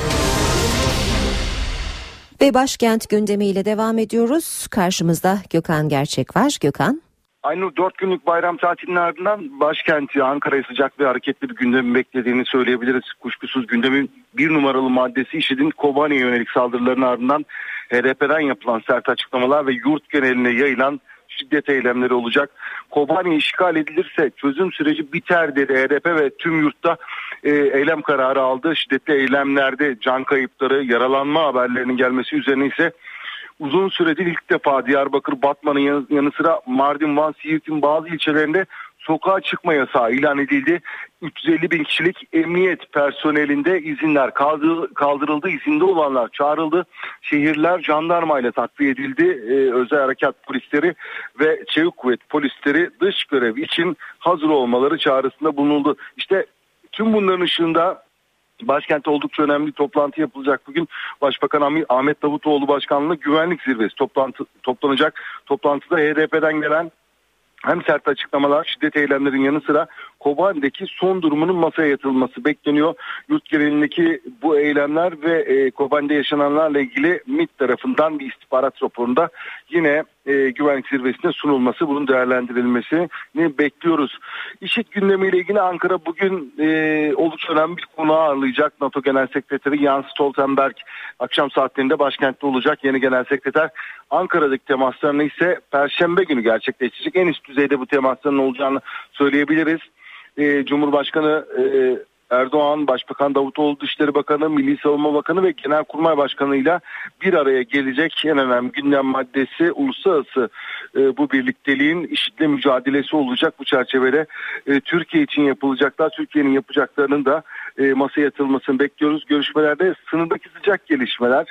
Ve başkent gündemiyle devam ediyoruz. Karşımızda Gökhan Gerçek var. Gökhan. Aynur, 4 günlük bayram tatilinin ardından başkenti Ankara'yı sıcak ve hareketli bir gündemi beklediğini söyleyebiliriz. Kuşkusuz gündemin bir numaralı maddesi IŞİD'in Kobani'ye yönelik saldırılarının ardından HDP'den yapılan sert açıklamalar ve yurt geneline yayılan şiddet eylemleri olacak. Kobani işgal edilirse çözüm süreci biter dedi HDP ve tüm yurtta eylem kararı aldı. Şiddetli eylemlerde can kayıpları, yaralanma haberlerinin gelmesi üzerine ise uzun süredir ilk defa Diyarbakır, Batman'ın yanı sıra Mardin, Van, Siirt'in bazı ilçelerinde sokağa çıkma yasağı ilan edildi. 350 bin kişilik emniyet personelinde izinler kaldırıldı. İzinde olanlar çağrıldı. Şehirler jandarmayla takviye edildi. Özel harekat polisleri ve çevik kuvvet polisleri dış görev için hazır olmaları çağrısında bulunuldu. İşte tüm bunların ışığında başkentte oldukça önemli bir toplantı yapılacak bugün. Başbakan Ahmet Davutoğlu başkanlığında güvenlik zirvesi toplanacak. Toplantıda HDP'den gelen hem sert açıklamalar, şiddet eylemlerin yanı sıra Kobani'deki son durumunun masaya yatırılması bekleniyor. Yurt genelindeki bu eylemler ve Kobani'de yaşananlarla ilgili MİT tarafından bir istihbarat raporunda yine güvenlik zirvesine sunulması, bunun değerlendirilmesini bekliyoruz. IŞİD gündemiyle ilgili Ankara bugün oldukça önemli bir konu ağırlayacak. NATO Genel Sekreteri Jens Stoltenberg akşam saatlerinde başkentte olacak. Yeni Genel Sekreter Ankara'daki temaslarını ise Perşembe günü gerçekleştirecek. En üst düzeyde bu temasların olacağını söyleyebiliriz. Cumhurbaşkanı Erdoğan, Başbakan Davutoğlu, Dışişleri Bakanı, Milli Savunma Bakanı ve Genelkurmay Başkanı ile bir araya gelecek en önemli gündem maddesi uluslararası bu birlikteliğin IŞİD'le mücadelesi olacak. Bu çerçevede Türkiye için yapılacaklar, Türkiye'nin yapacaklarının da masaya yatırılmasını bekliyoruz. Görüşmelerde sınırdaki sıcak gelişmeler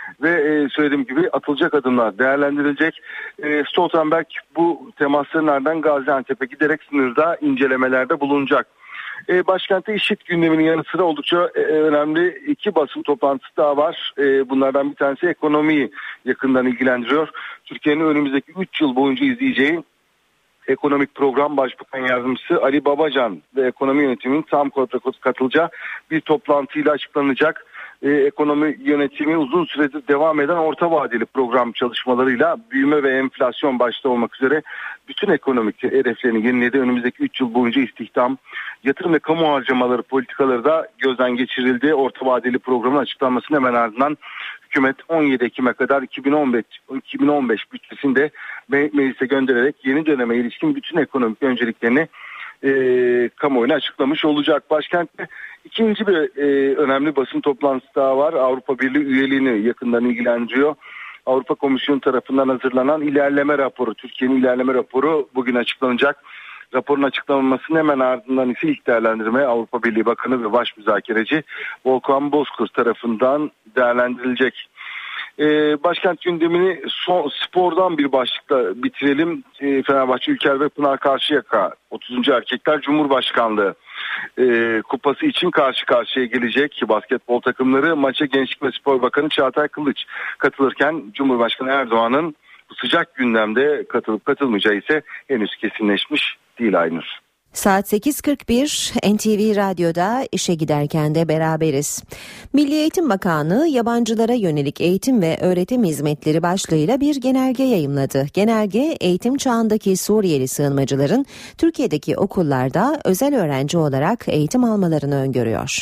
ve söylediğim gibi atılacak adımlar değerlendirilecek. Stoltenberg bu temasların ardından Gaziantep'e giderek sınırda incelemelerde bulunacak. Başkentte IŞİD gündeminin yanı sıra oldukça önemli 2 basın toplantısı daha var. Bunlardan bir tanesi ekonomiyi yakından ilgilendiriyor. Türkiye'nin önümüzdeki 3 yıl boyunca izleyeceği Ekonomik Program Başbakan Yardımcısı Ali Babacan ve ekonomi yönetiminin tam katılacağı bir toplantıyla açıklanacak. Ekonomi yönetimi uzun süredir devam eden orta vadeli program çalışmalarıyla büyüme ve enflasyon başta olmak üzere bütün ekonomik hedeflerini yeniledi. Önümüzdeki 3 yıl boyunca istihdam, yatırım ve kamu harcamaları politikaları da gözden geçirildi. Orta vadeli programın açıklanmasının hemen ardından hükümet 17 Ekim'e kadar 2015 bütçesini de meclise göndererek yeni döneme ilişkin bütün ekonomik önceliklerini kamuoyuna açıklamış olacak. Başkentte ikinci bir önemli basın toplantısı daha var. Avrupa Birliği üyeliğini yakından ilgilendiriyor. Avrupa Komisyonu tarafından hazırlanan ilerleme raporu, Türkiye'nin ilerleme raporu bugün açıklanacak. Raporun açıklanmasının hemen ardından ise ilk değerlendirme Avrupa Birliği Bakanı ve Baş Müzakereci Volkan Bozkurt tarafından değerlendirilecek. Başkent gündemini spordan bir başlıkla bitirelim. Fenerbahçe Ülker ve Pınar Karşıyaka 30. Erkekler Cumhurbaşkanlığı kupası için karşı karşıya gelecek basketbol takımları. Maça Gençlik ve Spor Bakanı Çağatay Kılıç katılırken Cumhurbaşkanı Erdoğan'ın bu sıcak gündemde katılıp katılmayacağı ise henüz kesinleşmiş değil Aynur. Saat 8.41 NTV Radyo'da işe giderken de beraberiz. Milli Eğitim Bakanlığı yabancılara yönelik eğitim ve öğretim hizmetleri başlığıyla bir genelge yayımladı. Genelge eğitim çağındaki Suriyeli sığınmacıların Türkiye'deki okullarda özel öğrenci olarak eğitim almalarını öngörüyor.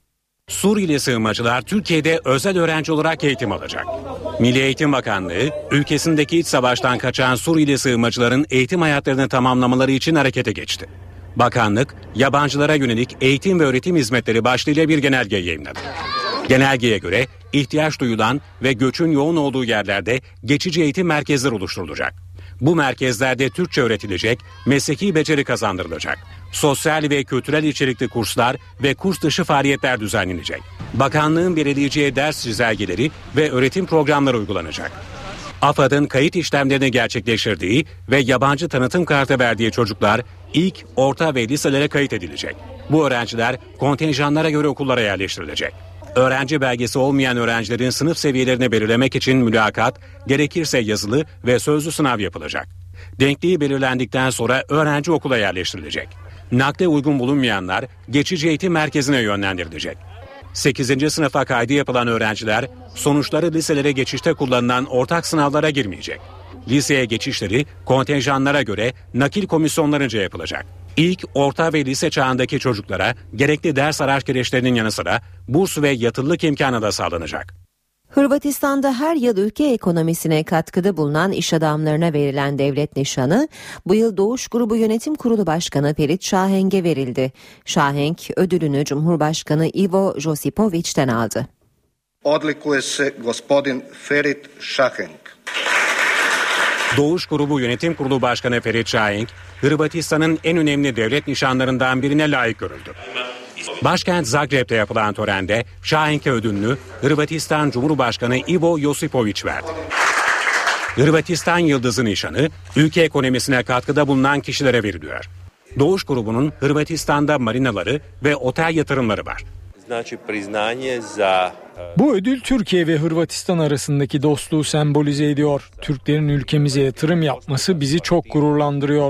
Suriyeli sığınmacılar Türkiye'de özel öğrenci olarak eğitim alacak. Milli Eğitim Bakanlığı, ülkesindeki iç savaştan kaçan Suriyeli sığınmacıların eğitim hayatlarını tamamlamaları için harekete geçti. Bakanlık, yabancılara yönelik eğitim ve öğretim hizmetleri başlığıyla bir genelge yayımladı. Genelgeye göre ihtiyaç duyulan ve göçün yoğun olduğu yerlerde geçici eğitim merkezleri oluşturulacak. Bu merkezlerde Türkçe öğretilecek, mesleki beceri kazandırılacak. Sosyal ve kültürel içerikli kurslar ve kurs dışı faaliyetler düzenlenecek. Bakanlığın belirleyeceği ders çizelgeleri ve öğretim programları uygulanacak. AFAD'ın kayıt işlemlerini gerçekleştirdiği ve yabancı tanıtım kartı verdiği çocuklar ilk, orta ve liselere kayıt edilecek. Bu öğrenciler kontenjanlara göre okullara yerleştirilecek. Öğrenci belgesi olmayan öğrencilerin sınıf seviyelerini belirlemek için mülakat, gerekirse yazılı ve sözlü sınav yapılacak. Denkliği belirlendikten sonra öğrenci okula yerleştirilecek. Nakle uygun bulunmayanlar geçici eğitim merkezine yönlendirilecek. 8. sınıfa kaydı yapılan öğrenciler sonuçları liselere geçişte kullanılan ortak sınavlara girmeyecek. Liseye geçişleri kontenjanlara göre nakil komisyonlarınca yapılacak. İlk, orta ve lise çağındaki çocuklara gerekli ders araç gereçlerinin yanı sıra burs ve yatılılık imkanı da sağlanacak. Hırvatistan'da her yıl ülke ekonomisine katkıda bulunan iş adamlarına verilen devlet nişanı bu yıl Doğuş Grubu Yönetim Kurulu Başkanı Ferit Şahenk'e verildi. Şahenk ödülünü Cumhurbaşkanı Ivo Josipović'ten aldı. Odlikuje se gospodin Ferit Šahenk. Doğuş Grubu Yönetim Kurulu Başkanı Ferit Şahenk, Hırvatistan'ın en önemli devlet nişanlarından birine layık görüldü. Başkent Zagreb'te yapılan törende Şahenk'e ödülünü Hırvatistan Cumhurbaşkanı Ivo Josipović verdi. Hırvatistan Yıldızı nişanı ülke ekonomisine katkıda bulunan kişilere veriliyor. Doğuş grubunun Hırvatistan'da marinaları ve otel yatırımları var. Bu ödül Türkiye ve Hırvatistan arasındaki dostluğu sembolize ediyor. Türklerin ülkemize yatırım yapması bizi çok gururlandırıyor.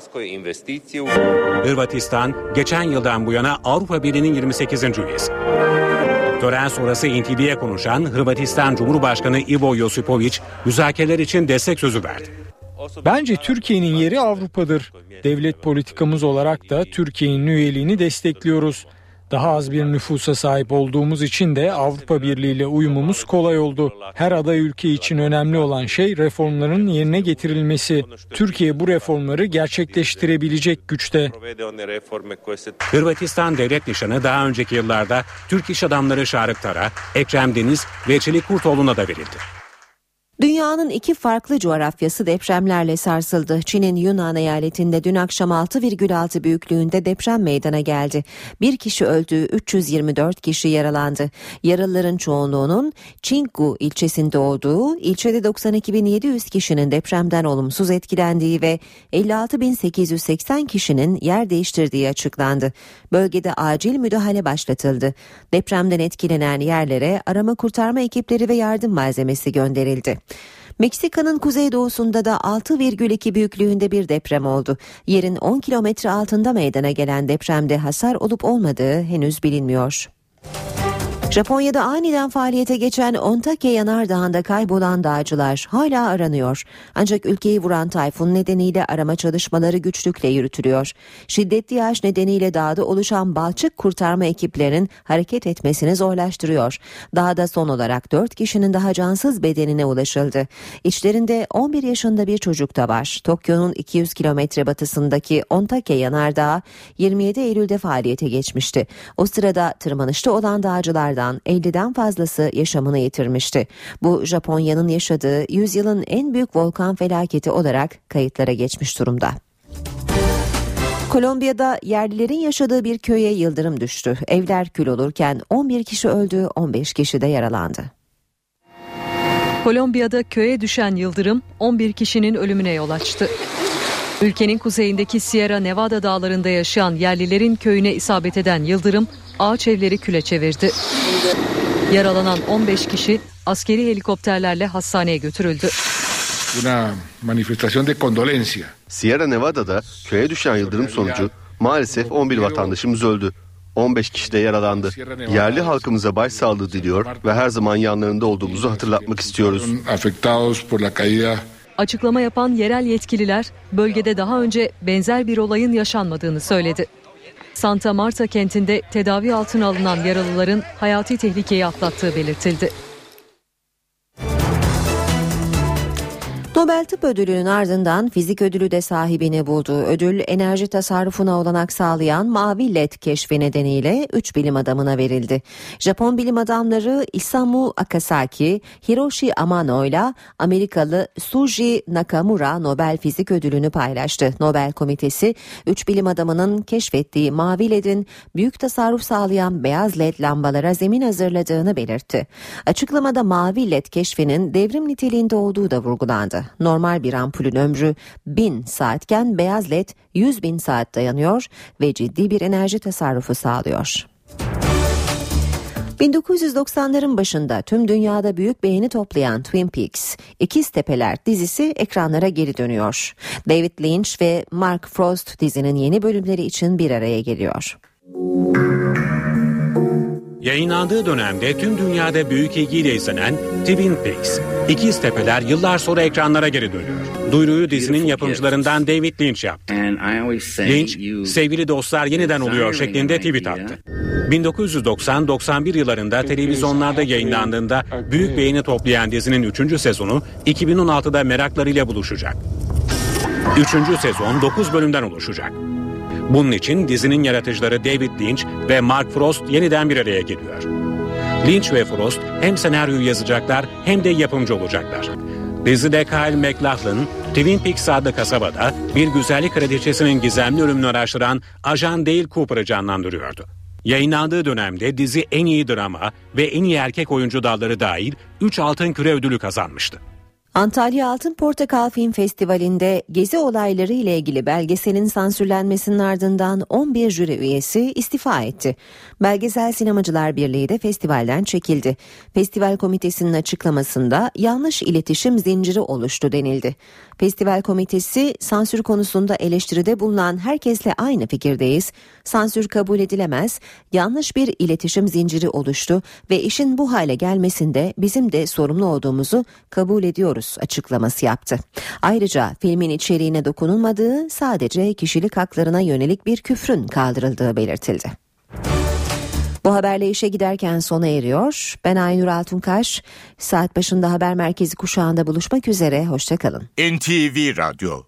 Hırvatistan geçen yıldan bu yana Avrupa Birliği'nin 28. üyesi. Tören sonrası NTV'ye konuşan Hırvatistan Cumhurbaşkanı Ivo Josipović müzakereler için destek sözü verdi. Bence Türkiye'nin yeri Avrupa'dır. Devlet politikamız olarak da Türkiye'nin üyeliğini destekliyoruz. Daha az bir nüfusa sahip olduğumuz için de Avrupa Birliği ile uyumumuz kolay oldu. Her aday ülke için önemli olan şey reformların yerine getirilmesi. Türkiye bu reformları gerçekleştirebilecek güçte. Hırvatistan devlet nişanı daha önceki yıllarda Türk iş adamları Şarık Tara, Ekrem Deniz ve Çelik Kurtoğlu'na da verildi. Dünyanın iki farklı coğrafyası depremlerle sarsıldı. Çin'in Yunnan eyaletinde dün akşam 6,6 büyüklüğünde deprem meydana geldi. Bir kişi öldü, 324 kişi yaralandı. Yaralıların çoğunluğunun Qinggu ilçesinde olduğu, ilçede 92.700 kişinin depremden olumsuz etkilendiği ve 56.880 kişinin yer değiştirdiği açıklandı. Bölgede acil müdahale başlatıldı. Depremden etkilenen yerlere arama kurtarma ekipleri ve yardım malzemesi gönderildi. Meksika'nın kuzeydoğusunda da 6,2 büyüklüğünde bir deprem oldu. Yerin 10 kilometre altında meydana gelen depremde hasar olup olmadığı henüz bilinmiyor. Japonya'da aniden faaliyete geçen Ontake yanardağında kaybolan dağcılar hala aranıyor. Ancak ülkeyi vuran tayfun nedeniyle arama çalışmaları güçlükle yürütülüyor. Şiddetli yağış nedeniyle dağda oluşan balçık kurtarma ekiplerinin hareket etmesini zorlaştırıyor. Dağda son olarak 4 kişinin daha cansız bedenine ulaşıldı. İçlerinde 11 yaşında bir çocuk da var. Tokyo'nun 200 kilometre batısındaki Ontake yanardağı 27 Eylül'de faaliyete geçmişti. O sırada tırmanışta olan dağcılardan 50'den fazlası yaşamını yitirmişti. Bu Japonya'nın yaşadığı yüzyılın en büyük volkan felaketi olarak kayıtlara geçmiş durumda. Kolombiya'da yerlilerin yaşadığı bir köye yıldırım düştü. Evler kül olurken 11 kişi öldü, 15 kişi de yaralandı. Kolombiya'da köye düşen yıldırım 11 kişinin ölümüne yol açtı. Ülkenin kuzeyindeki Sierra Nevada dağlarında yaşayan yerlilerin köyüne isabet eden yıldırım ağaç evleri küle çevirdi. Yaralanan 15 kişi askeri helikopterlerle hastaneye götürüldü. Una manifestación de condolencia. Sierra Nevada'da köye düşen yıldırım sonucu maalesef 11 vatandaşımız öldü. 15 kişi de yaralandı. Yerli halkımıza başsağlığı diliyor ve her zaman yanlarında olduğumuzu hatırlatmak istiyoruz. Açıklama yapan yerel yetkililer bölgede daha önce benzer bir olayın yaşanmadığını söyledi. Santa Marta kentinde tedavi altına alınan yaralıların hayati tehlikeyi atlattığı belirtildi. Nobel Tıp Ödülü'nün ardından fizik ödülü de sahibini buldu. Ödül enerji tasarrufuna olanak sağlayan mavi led keşfi nedeniyle 3 bilim adamına verildi. Japon bilim adamları Isamu Akasaki, Hiroshi Amano ile Amerikalı Suji Nakamura Nobel Fizik Ödülünü paylaştı. Nobel Komitesi 3 bilim adamının keşfettiği mavi ledin büyük tasarruf sağlayan beyaz led lambalara zemin hazırladığını belirtti. Açıklamada mavi led keşfinin devrim niteliğinde olduğu da vurgulandı. Normal bir ampulün ömrü 1000 saatken beyaz led 100.000 saat dayanıyor ve ciddi bir enerji tasarrufu sağlıyor. 1990'ların başında tüm dünyada büyük beğeni toplayan Twin Peaks, İkiztepeler dizisi ekranlara geri dönüyor. David Lynch ve Mark Frost dizinin yeni bölümleri için bir araya geliyor. Yayınlandığı dönemde tüm dünyada büyük ilgiyle izlenen Twin Peaks, İkiztepeler yıllar sonra ekranlara geri dönüyor. Duyuruyu dizinin yapımcılarından David Lynch yaptı. Lynch, sevgili dostlar yeniden oluyor şeklinde tweet attı. 1990-91 yıllarında televizyonlarda yayınlandığında büyük beğeni toplayan dizinin 3. sezonu 2016'da meraklarıyla buluşacak. 3. sezon 9 bölümden oluşacak. Bunun için dizinin yaratıcıları David Lynch ve Mark Frost yeniden bir araya geliyor. Lynch ve Frost hem senaryoyu yazacaklar hem de yapımcı olacaklar. Dizide Kyle MacLachlan, Twin Peaks adlı kasabada bir güzellik kraliçesinin gizemli ölümünü araştıran ajan Dale Cooper'ı canlandırıyordu. Yayınlandığı dönemde dizi en iyi drama ve en iyi erkek oyuncu dalları dahil 3 Altın Küre ödülü kazanmıştı. Antalya Altın Portakal Film Festivali'nde gezi olayları ile ilgili belgeselin sansürlenmesinin ardından 11 jüri üyesi istifa etti. Belgesel Sinemacılar Birliği de festivalden çekildi. Festival komitesinin açıklamasında yanlış iletişim zinciri oluştu denildi. Festival komitesi sansür konusunda eleştiride bulunan herkesle aynı fikirdeyiz. Sansür kabul edilemez, yanlış bir iletişim zinciri oluştu ve işin bu hale gelmesinde bizim de sorumlu olduğumuzu kabul ediyoruz açıklaması yaptı. Ayrıca filmin içeriğine dokunulmadığı, sadece kişilik haklarına yönelik bir küfrün kaldırıldığı belirtildi. Bu haberle işe giderken sona eriyor. Ben Aynur Altunkaş. Saat başında haber merkezi kuşağında buluşmak üzere. Hoşça kalın. NTV Radyo